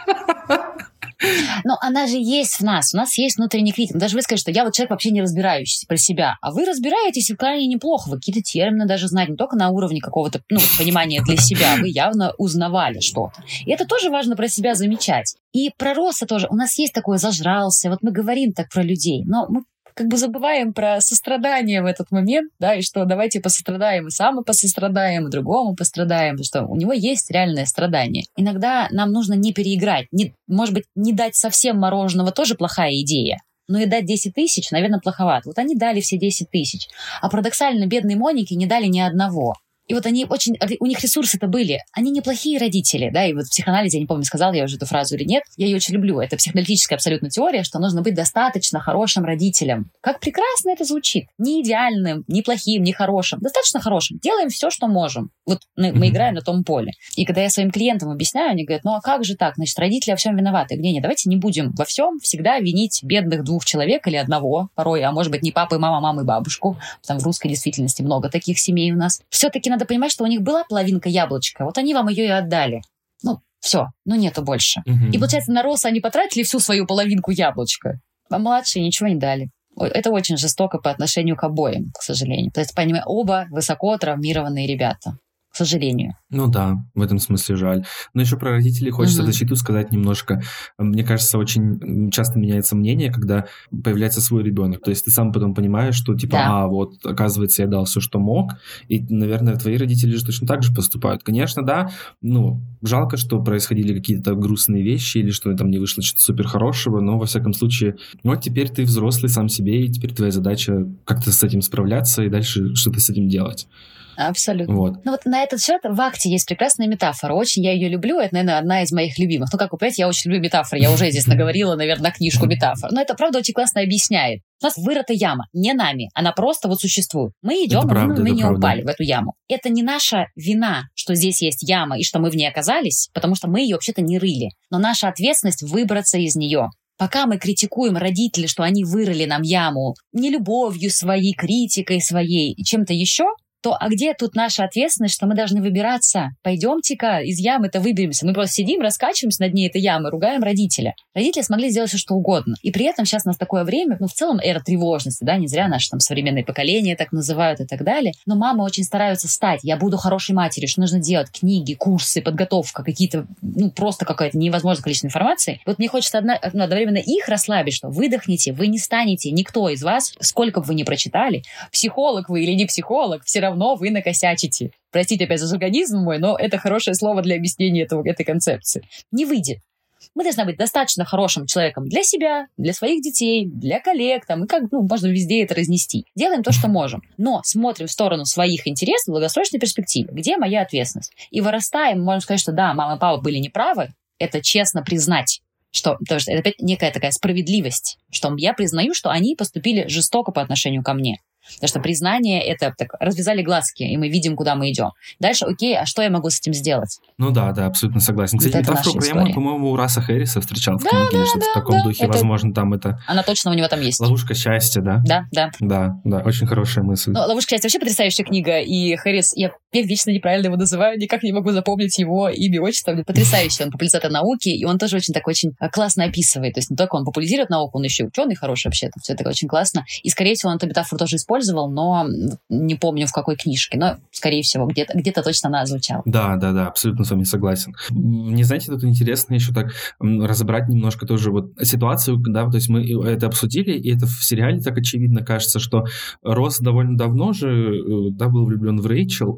Но она же есть в нас. У нас есть внутренний критик. Даже вы скажете, что я вот человек вообще не разбирающийся про себя. А вы разбираетесь и крайне неплохо. Вы какие-то термины даже знаете, не только на уровне какого-то понимания для себя. Вы явно узнавали что-то. И это тоже важно про себя замечать. И про роста тоже. У нас есть такое зажрался. Вот мы говорим так про людей. Но мы как бы забываем про сострадание в этот момент, да, и что давайте посострадаем, и сам посострадаем, и другому пострадаем, потому что у него есть реальное страдание. Иногда нам нужно не переиграть. Может быть, не дать совсем мороженого тоже плохая идея, но и дать 10 тысяч, наверное, плоховато. Вот они дали все 10 тысяч, а парадоксально бедной Монике не дали ни одного. И вот они у них ресурсы-то были. Они неплохие родители, да, и вот в психоанализе, я не помню, сказала я уже эту фразу или нет, я ее очень люблю. Это психоаналитическая абсолютно теория, что нужно быть достаточно хорошим родителем. Как прекрасно это звучит. Не идеальным, не плохим, не хорошим. Достаточно хорошим. Делаем все, что можем. Вот мы играем на том поле. И когда я своим клиентам объясняю, они говорят, ну а как же так? Значит, родители во всем виноваты. Нет, давайте не будем во всем всегда винить бедных 2 человек или одного порой, а может быть не папу и маму и бабушку. Там в русской действительности много таких семей у нас. Все-таки надо понимать, что у них была половинка яблочка, вот они вам ее и отдали. Ну, все, нету больше. И получается, на рост они потратили всю свою половинку яблочка, а младшие ничего не дали. Это очень жестоко по отношению к обоим, к сожалению. То есть, понимаете, оба высоко травмированные ребята. К сожалению. Ну да, в этом смысле жаль. Но еще про родителей хочется в защиту сказать немножко. Мне кажется, очень часто меняется мнение, когда появляется свой ребенок. То есть ты сам потом понимаешь, что типа, вот, оказывается, я дал все, что мог. И, наверное, твои родители же точно так же поступают. Конечно, да, жалко, что происходили какие-то грустные вещи или что там не вышло что-то супер хорошего, но, во всяком случае, вот теперь ты взрослый сам себе, и теперь твоя задача как-то с этим справляться и дальше что-то с этим делать. Абсолютно. Вот. Ну вот на этот счет в акте есть прекрасная метафора. Очень я ее люблю. Это, наверное, одна из моих любимых. Ну, как вы понимаете, я очень люблю метафоры. Я уже здесь наговорила, наверное, книжку метафор. Но это, правда, очень классно объясняет. У нас вырыта яма. Не нами. Она просто вот существует. Мы идем, мы не упали в эту яму. Это не наша вина, что здесь есть яма и что мы в ней оказались, потому что мы ее вообще-то не рыли. Но наша ответственность выбраться из нее. Пока мы критикуем родителей, что они вырыли нам яму нелюбовью своей, критикой своей и чем-то еще, то а где тут наша ответственность, что мы должны выбираться? Пойдемте-ка из ямы-то выберемся. Мы просто сидим, раскачиваемся на дне этой ямы, ругаем родителя. Родители смогли сделать все, что угодно. И при этом сейчас у нас такое время, в целом эра тревожности, да, не зря наши там современные поколения так называют и так далее. Но мамы очень стараются стать. Я буду хорошей матерью. Что нужно делать? Книги, курсы, подготовка, какие-то, просто какое-то невозможное количество информации. Вот мне хочется одновременно их расслабить, что выдохните, вы не станете, никто из вас, сколько бы вы ни прочитали, психолог вы или не психолог, все равно вы накосячите. Простите опять за жаргонизм мой, но это хорошее слово для объяснения этой концепции. Не выйдет. Мы должны быть достаточно хорошим человеком для себя, для своих детей, для коллег, там, и можно везде это разнести. Делаем то, что можем, но смотрим в сторону своих интересов в долгосрочной перспективе. Где моя ответственность? И вырастаем, можем сказать, что да, мама и папа были неправы, это честно признать. Потому что это опять некая такая справедливость, что я признаю, что они поступили жестоко по отношению ко мне. Потому что признание — это так, развязали глазки, и мы видим, куда мы идем. Дальше, окей, а что я могу с этим сделать? Ну да, абсолютно согласен. Кстати, метафору про яму, по-моему, у Раса Хэрриса встречал в книге или что-то в таком духе. Возможно, там это... Она точно у него там есть. «Ловушка счастья», да? Да, очень хорошая мысль. Ну, «Ловушка счастья» вообще потрясающая книга, и Хэррис, я вечно неправильно его называю, никак не могу запомнить его имя, отчество. Потрясающий, он популяризатор науки, и он тоже очень классно описывает. То есть не только он популяризирует науку, он еще ученый хороший вообще-то. Все это очень классно. И, скорее всего, он эту метафору тоже использовал, но не помню в какой книжке, но, скорее всего, где-то точно она звучала. Да, абсолютно с вами согласен. Мне, знаете, тут интересно еще так разобрать немножко тоже вот ситуацию, да, то есть мы это обсудили, и это в сериале так очевидно кажется, что Росс довольно давно же, да, был влюблен в Рэйчел,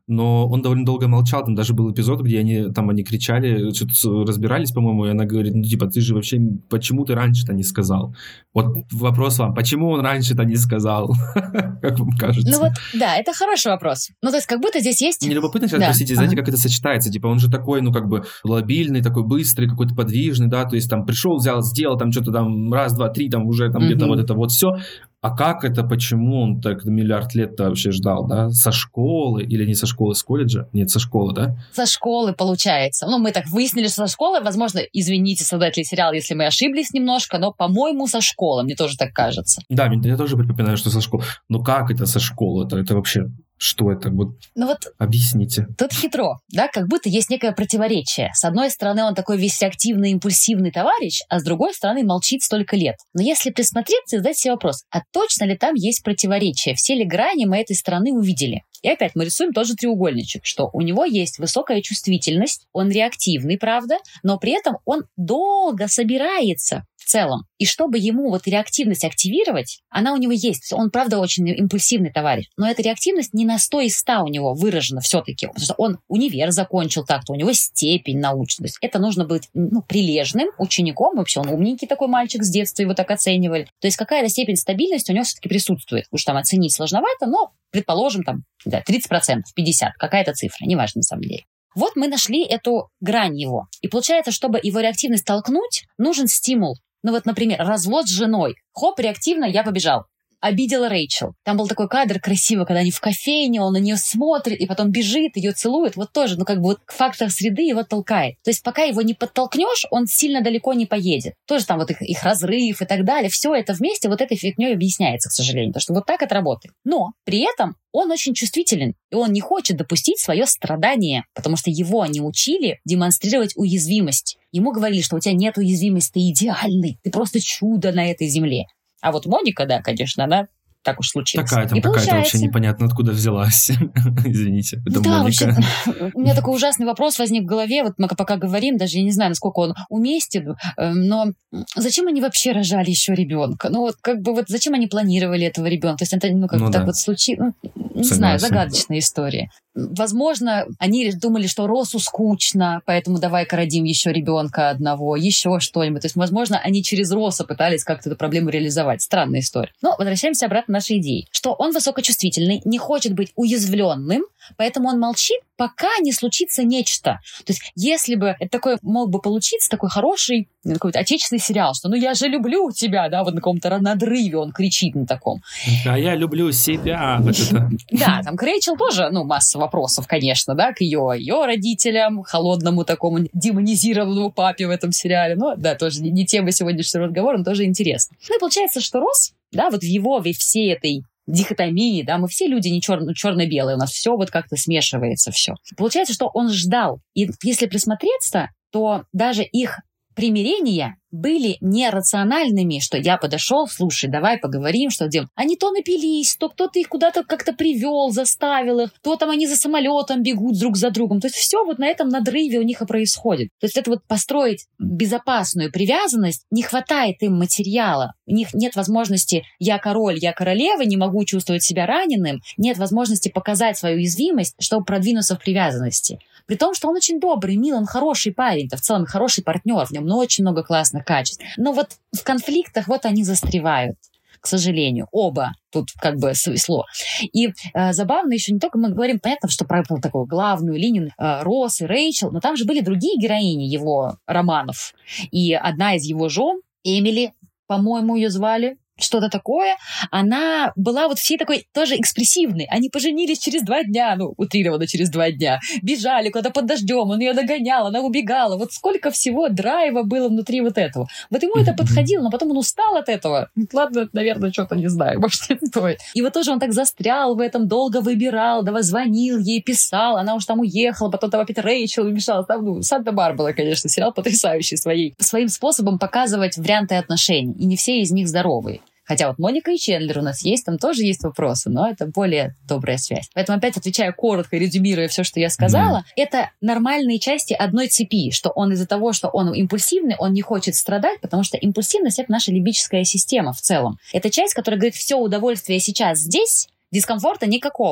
но он довольно долго молчал. Там даже был эпизод, где они кричали, что-то разбирались, по-моему, и она говорит, ты же вообще, почему ты раньше-то не сказал? Вот вопрос вам, почему он раньше-то не сказал? Как вам кажется? Да, это хороший вопрос. То есть как будто здесь есть... Мне любопытно сейчас, простите, знаете, как это сочетается? Он же такой, лобильный, такой быстрый, какой-то подвижный, да, то есть пришел, взял, сделал, что-то раз, два, три, уже где-то вот это вот все. А как это, почему он так миллиард лет-то вообще ждал, да? Со школы или не со школы, с колледжа? Нет, со школы, да? Со школы, получается. Мы так выяснили, что со школы, возможно, извините, создатели сериала, если мы ошиблись немножко, но, по-моему, со школы, мне тоже так кажется. Да, я тоже припоминаю, что со школы. Но как это со школы? Это вообще... Что это? Объясните. Тут хитро, да, как будто есть некое противоречие. С одной стороны, он такой весь активный, импульсивный товарищ, а с другой стороны, молчит столько лет. Но если присмотреться и задать себе вопрос, а точно ли там есть противоречие? Все ли грани мы этой стороны увидели? И опять мы рисуем тот же треугольничек, что у него есть высокая чувствительность, он реактивный, правда, но при этом он долго собирается в целом. И чтобы ему реактивность активировать, она у него есть. Он, правда, очень импульсивный товарищ. Но эта реактивность не на 100 из 100 у него выражена все-таки. Потому что он универ закончил так-то, у него степень научная. То есть это нужно быть прилежным учеником. Вообще он умненький такой мальчик, с детства его так оценивали. То есть какая-то степень стабильности у него все-таки присутствует. Уж оценить сложновато, но, предположим, 30%, 50%, какая-то цифра, неважно на самом деле. Вот мы нашли эту грань его. И получается, чтобы его реактивность толкнуть, нужен стимул. Например, развод с женой. Хоп, реактивно, я побежал. Обидела Рэйчел. Там был такой кадр красивый, когда они в кофейне, он на нее смотрит, и потом бежит, ее целует. Тоже, фактор среды его толкает. То есть пока его не подтолкнешь, он сильно далеко не поедет. Тоже там их разрыв и так далее. Все это вместе этой фигней объясняется, к сожалению. Потому что так это работает. Но при этом он очень чувствителен, и он не хочет допустить свое страдание, потому что его они учили демонстрировать уязвимость. Ему говорили, что у тебя нет уязвимости, ты идеальный, ты просто чудо на этой земле. А Моника, да, конечно, она так уж случилось. Какая-то вообще непонятно откуда взялась. Извините, это да, Моника. Вообще, у меня такой ужасный вопрос возник в голове. Мы пока говорим, даже я не знаю, насколько он уместен, но зачем они вообще рожали еще ребенка? Зачем они планировали этого ребенка? То есть это случилось. Не знаю, загадочная история. Возможно, они думали, что Россу скучно, поэтому давай-ка родим еще ребенка одного, еще что-нибудь. То есть, возможно, они через Росса пытались как-то эту проблему реализовать. Странная история. Но возвращаемся обратно к нашей идее, что он высокочувствительный, не хочет быть уязвленным, поэтому он молчит, пока не случится нечто. То есть, если бы это такой мог бы получиться, такой хороший какой-то отечественный сериал, что я же люблю тебя, да, на каком-то надрыве он кричит на таком. А я люблю себя. Да, там к Рэйчел тоже, масса вопросов, конечно, да, к ее родителям, холодному такому демонизированному папе в этом сериале. Но, да, тоже не тема сегодняшнего разговора, но тоже интересно. И получается, что Росс, да, в его всей этой дихотомии, да, мы все люди не черно-белые, у нас все как-то смешивается все. Получается, что он ждал. И если присмотреться, то даже их примирения были нерациональными, что я подошел, слушай, давай поговорим, что делаем. Они то напились, то кто-то их куда-то как-то привел, заставил их, то там они за самолетом бегут друг за другом. То есть все на этом надрыве у них и происходит. То есть это построить безопасную привязанность, не хватает им материала. У них нет возможности «я король, я королева», не могу чувствовать себя раненым, нет возможности показать свою уязвимость, чтобы продвинуться в привязанности. При том, что он очень добрый, милый, он хороший парень-то, в целом хороший партнер, в нем очень много классных качеств. Но в конфликтах они застревают, к сожалению. Оба тут свисло. И забавно еще не только мы говорим, понятно, что про такую главную линию Росс и Рэйчел, но там же были другие героини его романов. И одна из его жен, Эмили, по-моему, ее звали, что-то такое, она была всей такой тоже экспрессивной. Они поженились через 2 дня, утрированно через 2 дня, бежали куда-то под дождем, он ее догонял, она убегала. Сколько всего драйва было внутри этого. Ему это подходило, но потом он устал от этого. Ладно, наверное, что-то не знаю, может, не стоит. И тоже он так застрял в этом, долго выбирал, звонил ей, писал, она уж там уехала, потом там опять Рэйчел вмешалась. Там, Санта-Барбара, конечно, сериал потрясающий своим способом показывать варианты отношений, и не все из них здоровые. Хотя Моника и Чендлер у нас есть, там тоже есть вопросы, но это более добрая связь. Поэтому опять отвечая коротко, резюмируя все, что я сказала, это нормальные части одной цепи, что он из-за того, что он импульсивный, он не хочет страдать, потому что импульсивность — это наша лимбическая система в целом. Это часть, которая говорит, все удовольствие сейчас здесь, дискомфорта никакого.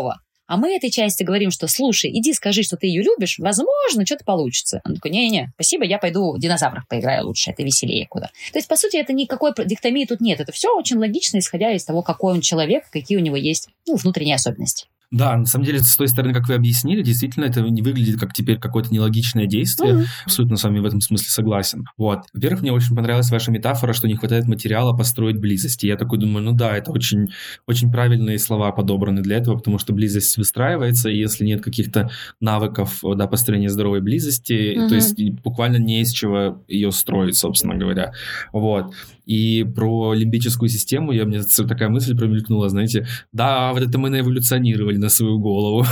А мы этой части говорим, что, слушай, иди скажи, что ты ее любишь, возможно, что-то получится. Он такой, не-не-не, спасибо, я пойду в динозаврах поиграю лучше, это веселее куда. То есть, по сути, это никакой диктомии тут нет. Это все очень логично, исходя из того, какой он человек, какие у него есть внутренние особенности. Да, на самом деле, с той стороны, как вы объяснили, действительно, это не выглядит как теперь какое-то нелогичное действие. Абсолютно с вами в этом смысле согласен. Вот. Во-первых, мне очень понравилась ваша метафора, что не хватает материала построить близость. И я такой думаю, ну да, это очень, очень правильные слова подобраны для этого, потому что близость выстраивается, и если нет каких-то навыков, да, построения здоровой близости, то есть буквально не из чего ее строить, собственно говоря. Вот. И про лимбическую систему, у меня такая мысль промелькнула, знаете, да, вот это мы наэволюционировали на свою голову.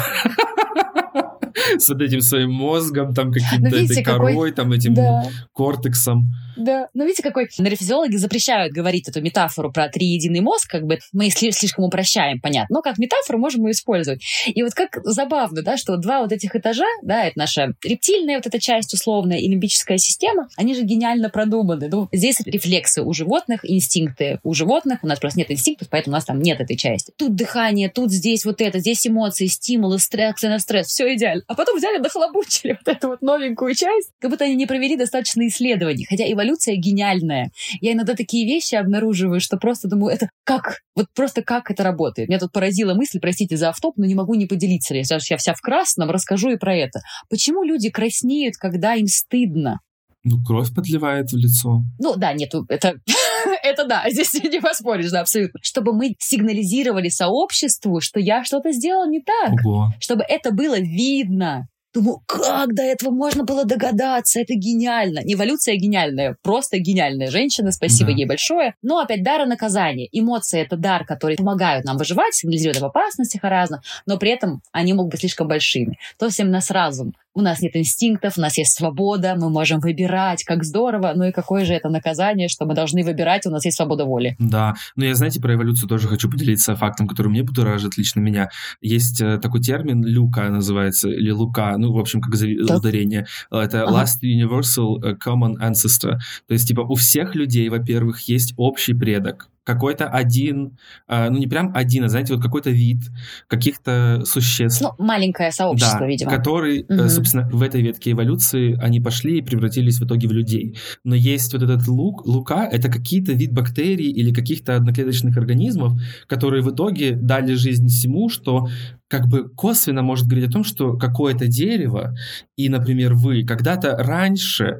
С вот этим своим мозгом, там каким-то этой корой, там этим кортексом. Да, но видите, какой нейрофизиологи запрещают говорить эту метафору про триединый мозг, как бы мы слишком упрощаем, понятно, но как метафору можем ее использовать. И вот как забавно, да, что два вот этих этажа, да, это наша рептильная вот эта часть условная и лимбическая система, они же гениально продуманы. Ну, здесь рефлексы у животных, инстинкты у животных, у нас просто нет инстинктов, поэтому у нас там нет этой части. Тут дыхание, тут здесь вот это, здесь эмоции, стимулы, стресс, все идеально. А потом взяли, нахлобучили вот эту вот новенькую часть, как будто они не провели достаточно исследований, хотя эволюция гениальная. Я иногда такие вещи обнаруживаю, что просто думаю, это как? Вот просто как это работает? Меня тут поразила мысль, простите за автоп, но не могу не поделиться. Я вся в красном, расскажу и про это. Почему люди краснеют, когда им стыдно? Ну, кровь подливает в лицо. Ну, да, нет, это... Это да, здесь не поспоришь, да, абсолютно. Чтобы мы сигнализировали сообществу, что я что-то сделала не так. Ого. Чтобы это было видно. Думаю, как до этого можно было догадаться? Это гениально. Эволюция гениальная, просто гениальная женщина, спасибо ей большое. Но опять дар и наказание. Эмоции — это дар, который помогают нам выживать, сигнализируют об опасностях разных, но при этом они могут быть слишком большими. То есть именно с разум. У нас нет инстинктов, у нас есть свобода, мы можем выбирать, как здорово. Ну и какое же это наказание, что мы должны выбирать, у нас есть свобода воли. Да, но я, знаете, про эволюцию тоже хочу поделиться фактом, который мне будоражит лично меня. Есть такой термин, люка называется, или лука, ну, в общем, как ударение. Это last universal common ancestor. То есть, типа, у всех людей, во-первых, есть общий предок. Какой-то один, ну не прям один, а знаете, вот какой-то вид каких-то существ. Ну, маленькое сообщество, да, видимо. Который, собственно, в этой ветке эволюции они пошли и превратились в итоге в людей. Но есть вот этот лука, это какие-то вид бактерий или каких-то одноклеточных организмов, которые в итоге дали жизнь всему, что как бы косвенно может говорить о том, что какое-то дерево и, например, вы когда-то раньше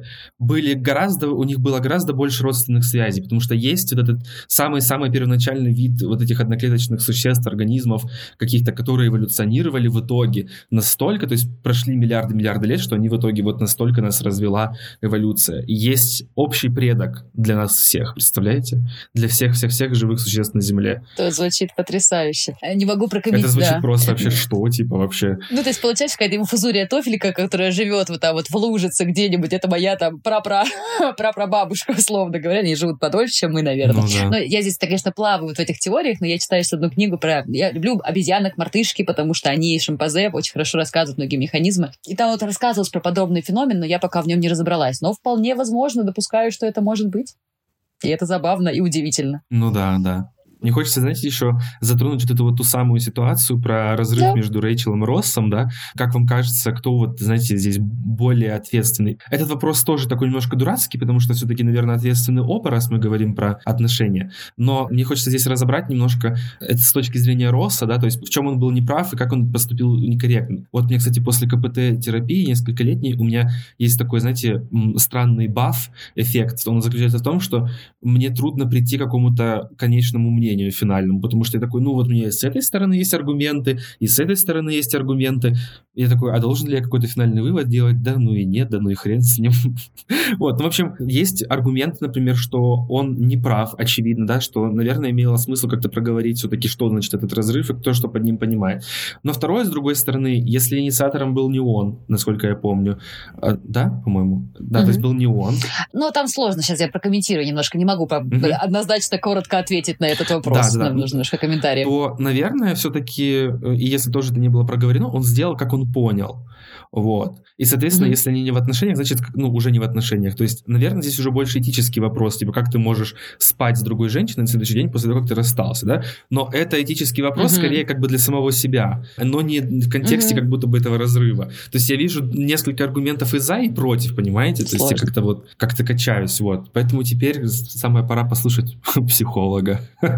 у них было гораздо больше родственных связей, потому что есть вот этот самый-самый первоначальный вид вот этих одноклеточных существ, организмов каких-то, которые эволюционировали в итоге настолько, то есть прошли миллиарды лет, что они в итоге вот настолько нас развела эволюция. И есть общий предок для нас всех, представляете? Для всех живых существ на Земле. Это звучит потрясающе. Не могу прокомментировать. Это звучит просто вообще что, типа, вообще? Ну, то есть, получается, какая-то инфузория тофелика, которая живет вот там вот в Лужице где-нибудь, это моя там прапрабабушка, условно говоря, они живут подольше, чем мы, наверное. Ну, да. Но я здесь, конечно, плаваю вот в этих теориях, но я читаю одну книгу Я люблю обезьянок, мартышки, потому что они, шимпанзе, очень хорошо рассказывают многие механизмы. И там вот рассказывалось про подобный феномен, но я пока в нем не разобралась. Но вполне возможно, допускаю, что это может быть. И это забавно и удивительно. Ну да, да. Мне хочется, знаете, еще затронуть вот эту вот ту самую ситуацию про разрыв между Рэйчелом и Россом, да? Как вам кажется, кто вот, знаете, здесь более ответственный? Этот вопрос тоже такой немножко дурацкий, потому что все-таки, наверное, ответственны оба, раз мы говорим про отношения. Но мне хочется здесь разобрать немножко это с точки зрения Росса, да, то есть в чем он был неправ и как он поступил некорректно. Вот мне, кстати, после КПТ-терапии нескольколетней у меня есть такой, знаете, странный баф-эффект. Он заключается в том, что мне трудно прийти к какому-то конечному мнению финальному, потому что я такой, ну вот у меня с этой стороны есть аргументы, и с этой стороны есть аргументы. Я такой, а должен ли я какой-то финальный вывод делать? Да, ну и нет, да, ну и хрен с ним. Вот, ну в общем, есть аргумент, например, что он не прав, очевидно, да, что, наверное, имело смысл как-то проговорить все-таки, что значит этот разрыв и кто что под ним понимает. Но второе, с другой стороны, если инициатором был не он, насколько я помню, да, по-моему, да, то есть был не он. Ну, там сложно, сейчас я прокомментирую немножко, не могу однозначно коротко ответить на этот вопрос. вопрос, нам нужно немножко комментарий. То, наверное, все-таки, и если тоже это не было проговорено, он сделал, как он понял. Вот. И, соответственно, если они не в отношениях, значит, уже не в отношениях. То есть, наверное, здесь уже больше этический вопрос, типа, как ты можешь спать с другой женщиной на следующий день после того, как ты расстался, да? Но это этический вопрос скорее как бы для самого себя, но не в контексте как будто бы этого разрыва. То есть я вижу несколько аргументов и за, и против, понимаете? То есть я как-то качаюсь, вот. Поэтому теперь самая пора послушать психолога.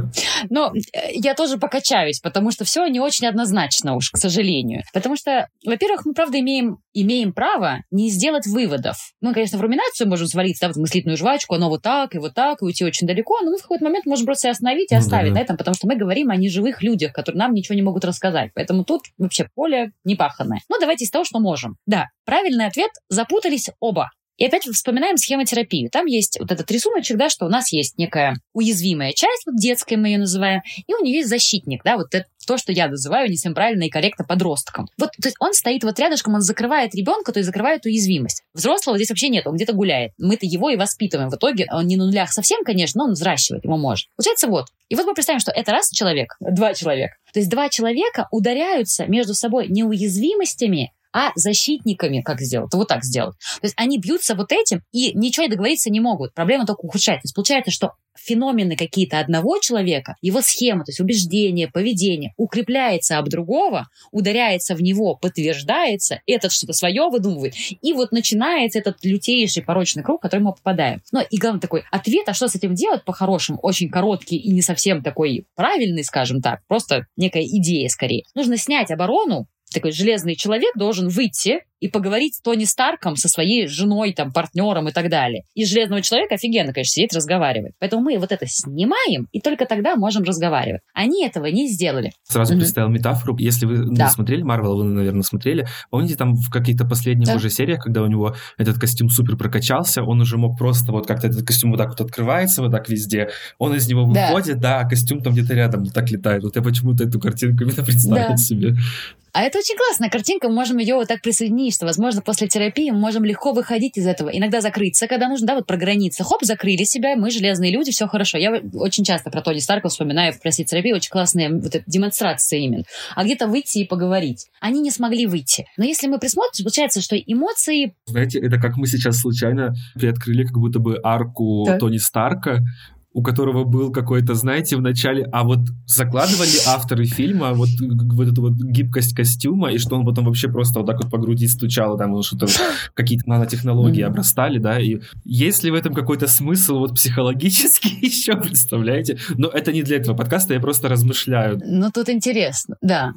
Ну, я тоже покачаюсь, потому что все не очень однозначно уж, к сожалению. Потому что, во-первых, мы, правда, имеем право не сделать выводов. Мы, конечно, в руминацию можем свалиться, да, в мыслительную жвачку, оно вот так, и уйти очень далеко, но мы в какой-то момент можем просто остановить и оставить на этом, потому что мы говорим о неживых людях, которые нам ничего не могут рассказать. Поэтому тут вообще поле непаханное. Ну, давайте из того, что можем. Да, правильный ответ – запутались оба. И опять вспоминаем схемотерапию. Там есть вот этот рисуночек, да, что у нас есть некая уязвимая часть, вот детская мы ее называем, и у нее есть защитник, да, вот это то, что я называю не совсем правильно и корректно подростком. Вот, то есть он стоит вот рядышком, он закрывает ребенка, то есть закрывает уязвимость. Взрослого здесь вообще нет, он где-то гуляет. Мы-то его и воспитываем. В итоге он не на нулях совсем, конечно, но он взращивает, его может. Получается вот. И вот мы представим, что это раз человек, два человека. То есть два человека ударяются между собой не уязвимостями, а защитниками, как сделать? Вот так сделать. То есть они бьются вот этим и ничего договориться не могут. Проблема только ухудшается. То есть получается, что феномены какие-то одного человека, его схема, то есть убеждение, поведение, укрепляется об другого, ударяется в него, подтверждается, этот что-то свое выдумывает, и вот начинается этот лютейший порочный круг, в который мы попадаем. Ну и главное такой ответ, а что с этим делать по-хорошему, очень короткий и не совсем такой правильный, скажем так, просто некая идея скорее. Нужно снять оборону, такой железный человек должен выйти и поговорить с Тони Старком, со своей женой, там, партнером и так далее. И железного человека офигенно, конечно, сидеть, разговаривать. Поэтому мы вот это снимаем, и только тогда можем разговаривать. Они этого не сделали. Сразу представил метафору. Если вы смотрели Марвел, вы, наверное, смотрели. Помните, там в каких-то последних уже сериях, когда у него этот костюм супер прокачался, он уже мог просто вот как-то этот костюм вот так вот открывается, вот так везде. Он из него выходит, а костюм там где-то рядом вот так летает. Вот я почему-то эту картинку именно представил себе. А это очень классная картинка, мы можем ее вот так присоединить, что, возможно, после терапии мы можем легко выходить из этого. Иногда закрыться, когда нужно, да, вот програниться. Хоп, закрыли себя, мы железные люди, все хорошо. Я очень часто про Тони Старка вспоминаю в «Прости, терапии», очень классные вот демонстрации именно. А где-то выйти и поговорить. Они не смогли выйти. Но если мы присмотримся, получается, что эмоции... Знаете, это как мы сейчас случайно приоткрыли как будто бы арку Тони Старка, у которого был какой-то, знаете, в начале... А вот закладывали авторы фильма вот эту вот гибкость костюма, и что он потом вообще просто вот так вот по груди стучал, там что-то какие-то нанотехнологии обрастали, да, и есть ли в этом какой-то смысл вот психологический еще, представляете? Но это не для этого подкаста, я просто размышляю. Ну, тут интересно, да.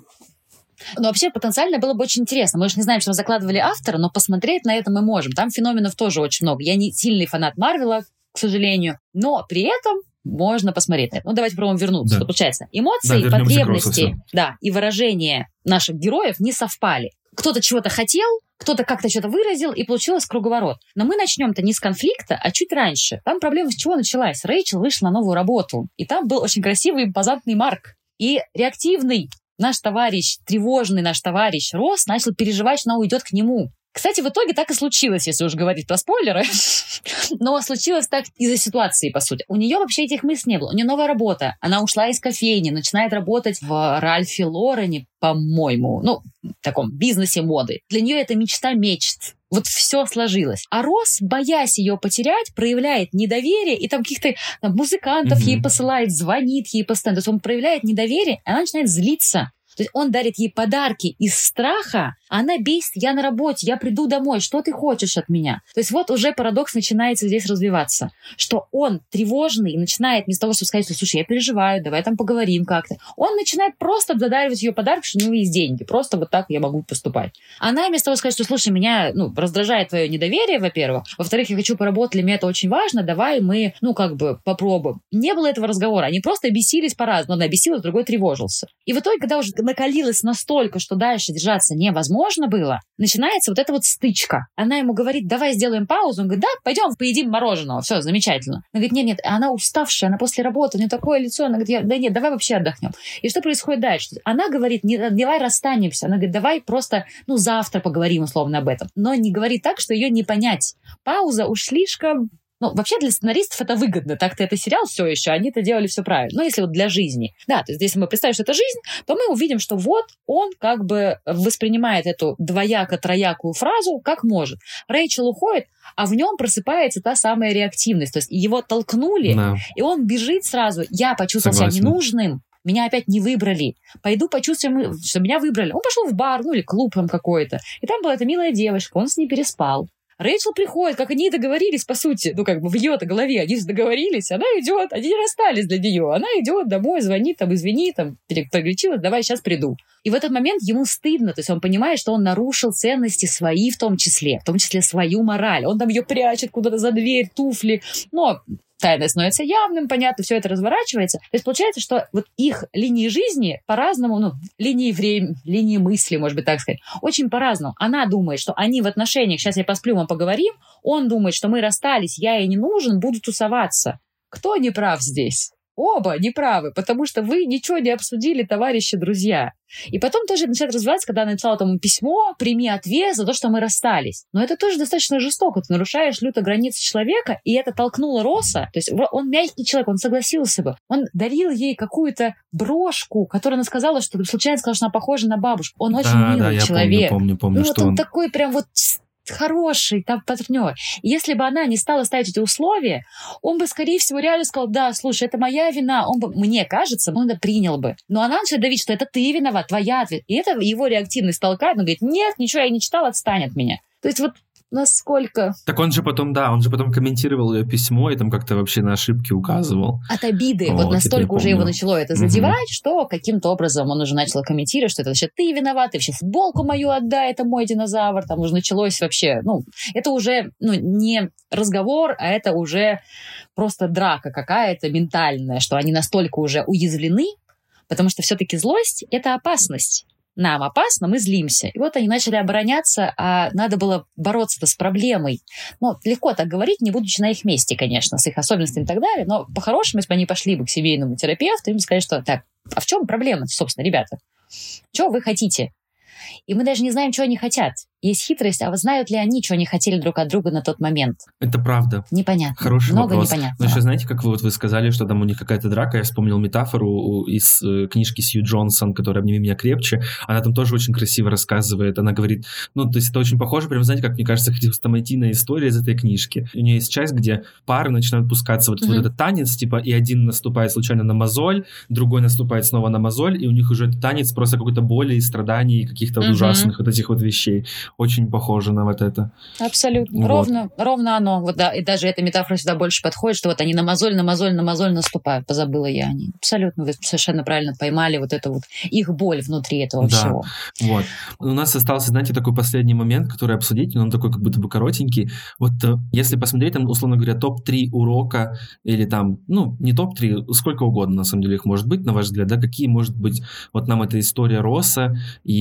Но вообще потенциально было бы очень интересно. Мы же не знаем, что закладывали автора, но посмотреть на это мы можем. Там феноменов тоже очень много. Я не сильный фанат Марвела, к сожалению, но при этом можно посмотреть на это. Ну, давайте попробуем вернуться. Что получается? Эмоции, потребности, и выражения наших героев не совпали. Кто-то чего-то хотел, кто-то как-то что-то выразил, и получилось круговорот. Но мы начнем-то не с конфликта, а чуть раньше. Там проблема с чего началась? Рэйчел вышла на новую работу, и там был очень красивый импозантный Марк. И реактивный наш товарищ, тревожный наш товарищ Росс начал переживать, что она уйдет к нему. Кстати, в итоге так и случилось, если уж говорить про спойлеры. Но случилось так из-за ситуации, по сути. У нее вообще этих мыслей не было. У нее новая работа. Она ушла из кофейни, начинает работать в Ральфе Лорене, по-моему. Ну, в таком бизнесе моды. Для нее это мечта мечт. Вот все сложилось. А Росс, боясь ее потерять, проявляет недоверие, и там каких-то музыкантов ей посылает, звонит ей постоянно. То есть он проявляет недоверие, и она начинает злиться. То есть он дарит ей подарки из страха, а она бесит: я на работе, я приду домой, что ты хочешь от меня? То есть вот уже парадокс начинается здесь развиваться, что он тревожный и начинает вместо того, чтобы сказать, что, слушай, я переживаю, давай там поговорим как-то, он начинает просто додаривать ее подарки, что у него есть деньги, просто вот так я могу поступать. Она вместо того сказать, что, слушай, меня раздражает твое недоверие, во-первых, во-вторых, я хочу поработать, для меня это очень важно, давай мы, попробуем. Не было этого разговора, они просто бесились по-разному, одна бесилась, другой тревожился. И в итоге, когда уже накалилась настолько, что дальше держаться невозможно было, начинается вот эта вот стычка. Она ему говорит: давай сделаем паузу. Он говорит: да, пойдем поедим мороженого. Все, замечательно. Она говорит: нет, она уставшая, она после работы, у нее такое лицо. Она говорит: да нет, давай вообще отдохнем. И что происходит дальше? Она говорит: давай расстанемся. Она говорит: давай просто, завтра поговорим условно об этом. Но не говорит так, что ее не понять. Пауза уж слишком Ну, вообще для сценаристов это выгодно. Так-то это сериал все еще, они это делали все правильно. Но если вот для жизни. Да, то есть если мы представим, что это жизнь, то мы увидим, что вот он как бы воспринимает эту двояко-троякую фразу как может. Рэйчел уходит, а в нем просыпается та самая реактивность. То есть его толкнули, и он бежит сразу. Я почувствовал себя ненужным. Меня опять не выбрали. Пойду почувствуем, что меня выбрали. Он пошел в бар, ну или клуб там какой-то. И там была эта милая девушка, он с ней переспал. Рэйчел приходит, как они и договорились, по сути, ну, как бы в ее-то голове, они договорились, она идет, они не расстались для нее, она идет домой, звонит, там, извини, там, погорячилась, давай, сейчас приду. И в этот момент ему стыдно, то есть он понимает, что он нарушил ценности свои в том числе свою мораль. Он там ее прячет куда-то за дверь, туфли, но тайное становится явным, понятно, все это разворачивается. То есть получается, что вот их линии жизни по-разному, ну, линии времени, линии мысли, может быть, так сказать, очень по-разному. Она думает, что они в отношениях, сейчас я посплю, мы поговорим. Он думает, что мы расстались, я ей не нужен, буду тусоваться. Кто не прав здесь? Оба неправы, потому что вы ничего не обсудили, товарищи, друзья. И потом тоже начинает развиваться, когда она написала тому письмо, прими ответ за то, что мы расстались. Но это тоже достаточно жестоко. Ты нарушаешь люто границы человека, и это толкнуло Росса. То есть он мягкий человек, он согласился бы. Он дарил ей какую-то брошку, которую она сказала, что случайно сказала, что она похожа на бабушку. Он очень милый человек. Помню, ну, что вот он такой прям вот хороший там партнер. И если бы она не стала ставить эти условия, он бы, скорее всего, реально сказал, да, слушай, это моя вина. Он бы, мне кажется, он это принял бы. Но она начинает давить, что это ты виноват, твоя ответ. И это его реактивность толкает. Он говорит, нет, ничего, я не читал, отстань от меня. То есть вот насколько... Так он же потом комментировал ее письмо и там как-то вообще на ошибки указывал. От обиды. Вот настолько уже его начало это задевать, что каким-то образом он уже начал комментировать, что это вообще ты виноват, ты вообще футболку мою отдай, это мой динозавр. Там уже началось вообще... Ну, это уже не разговор, а это уже просто драка какая-то ментальная, что они настолько уже уязвлены, потому что все-таки злость — это опасность. Нам опасно, мы злимся. И вот они начали обороняться, а надо было бороться-то с проблемой. Ну, легко так говорить, не будучи на их месте, конечно, с их особенностями и так далее, но по-хорошему, если бы они пошли бы к семейному терапевту, им сказали, что так, а в чем проблема, собственно, ребята? Чего вы хотите? И мы даже не знаем, чего они хотят. Есть хитрость, а знают ли они, чего они хотели друг от друга на тот момент? Это правда. Непонятно. Хороший много вопрос. Непонятно. Но еще знаете, как вы сказали, что там у них какая-то драка, я вспомнил метафору из книжки Сью Джонсон, которая «Обними меня крепче». Она там тоже очень красиво рассказывает. Она говорит, ну, то есть это очень похоже, прям, знаете, как мне кажется, хрестоматийная история из этой книжки. У нее есть часть, где пары начинают пускаться вот этот танец, типа, и один наступает случайно на мозоль, другой наступает снова на мозоль, и у них уже танец просто какой-то боли и страданий, и каких-то ужасных вот этих вот вещей. Очень похоже на вот это. Абсолютно. Вот. Ровно оно. Вот, да, и даже эта метафора сюда больше подходит, что вот они на мозоль наступают. Позабыла я. Они абсолютно, вы совершенно правильно поймали вот эту вот их боль внутри этого всего. Вот. У нас остался, знаете, такой последний момент, который обсудить, но он такой как будто бы коротенький. Вот если посмотреть, там, условно говоря, топ-3 урока, или там, ну, не топ-3, сколько угодно, на самом деле, их может быть, на ваш взгляд, да, какие, может быть, вот нам эта история Росса,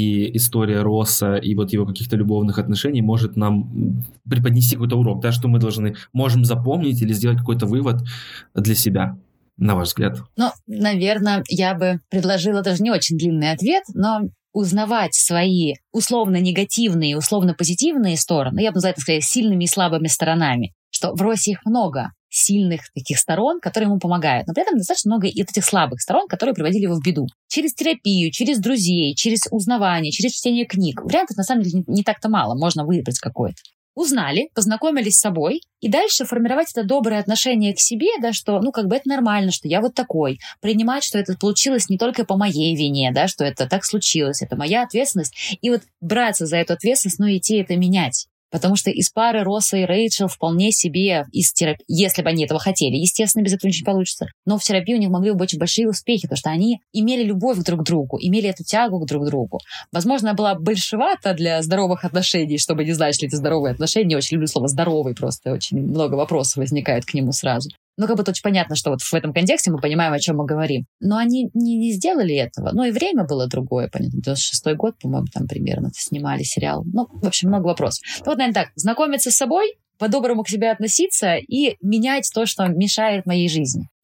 и вот его каких-то любовных отношений может нам преподнести какой-то урок, да, что мы можем запомнить или сделать какой-то вывод для себя, на ваш взгляд? Ну, наверное, я бы предложила даже не очень длинный ответ, но узнавать свои условно негативные, условно позитивные стороны, я бы назвала это, скорее, сильными и слабыми сторонами, что в Россе их много, сильных таких сторон, которые ему помогают, но при этом достаточно много и этих слабых сторон, которые приводили его в беду. Через терапию, через друзей, через узнавание, через чтение книг. Вариантов на самом деле не так-то мало, можно выбрать какой-то. Узнали, познакомились с собой, и дальше формировать это доброе отношение к себе, да, что, ну, как бы это нормально, что я вот такой. Принимать, что это получилось не только по моей вине, да, что это так случилось, это моя ответственность. И вот браться за эту ответственность, но идти это менять. Потому что из пары Росса и Рэйчел вполне себе из терапии, если бы они этого хотели, естественно, без этого ничего не получится, но в терапии у них могли бы быть очень большие успехи, потому что они имели любовь друг к другу, имели эту тягу друг к другу. Возможно, она была большевата для здоровых отношений, чтобы не знать, что эти здоровые отношения, очень люблю слово «здоровый», просто очень много вопросов возникает к нему сразу. Ну, как будто очень понятно, что вот в этом контексте мы понимаем, о чем мы говорим. Но они не сделали этого. Ну, и время было другое, понятно. 96-й год, по-моему, там примерно снимали сериал. Ну, в общем, много вопросов. Вот, наверное, так. Знакомиться с собой, по-доброму к себе относиться и менять то, что мешает моей жизни.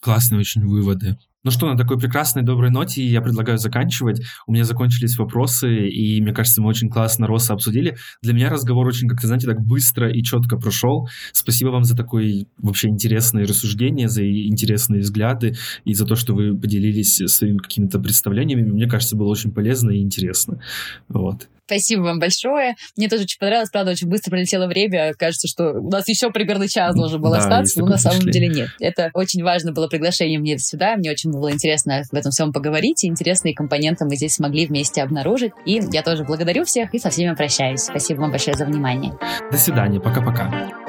Классные очень выводы. Ну что, на такой прекрасной, доброй ноте я предлагаю заканчивать. У меня закончились вопросы, и мне кажется, мы очень классно Росса обсудили. Для меня разговор очень, как-то, знаете, так быстро и четко прошел. Спасибо вам за такое вообще интересное рассуждение, за интересные взгляды и за то, что вы поделились своими какими-то представлениями. Мне кажется, было очень полезно и интересно. Вот. Спасибо вам большое. Мне тоже очень понравилось. Правда, очень быстро пролетело время. Кажется, что у нас еще примерно час должен был остаться, но на самом деле нет. Это очень важно было приглашение мне сюда. Мне очень было интересно в этом всем поговорить, и интересные компоненты мы здесь смогли вместе обнаружить. И я тоже благодарю всех и со всеми прощаюсь. Спасибо вам большое за внимание. До свидания. Пока-пока.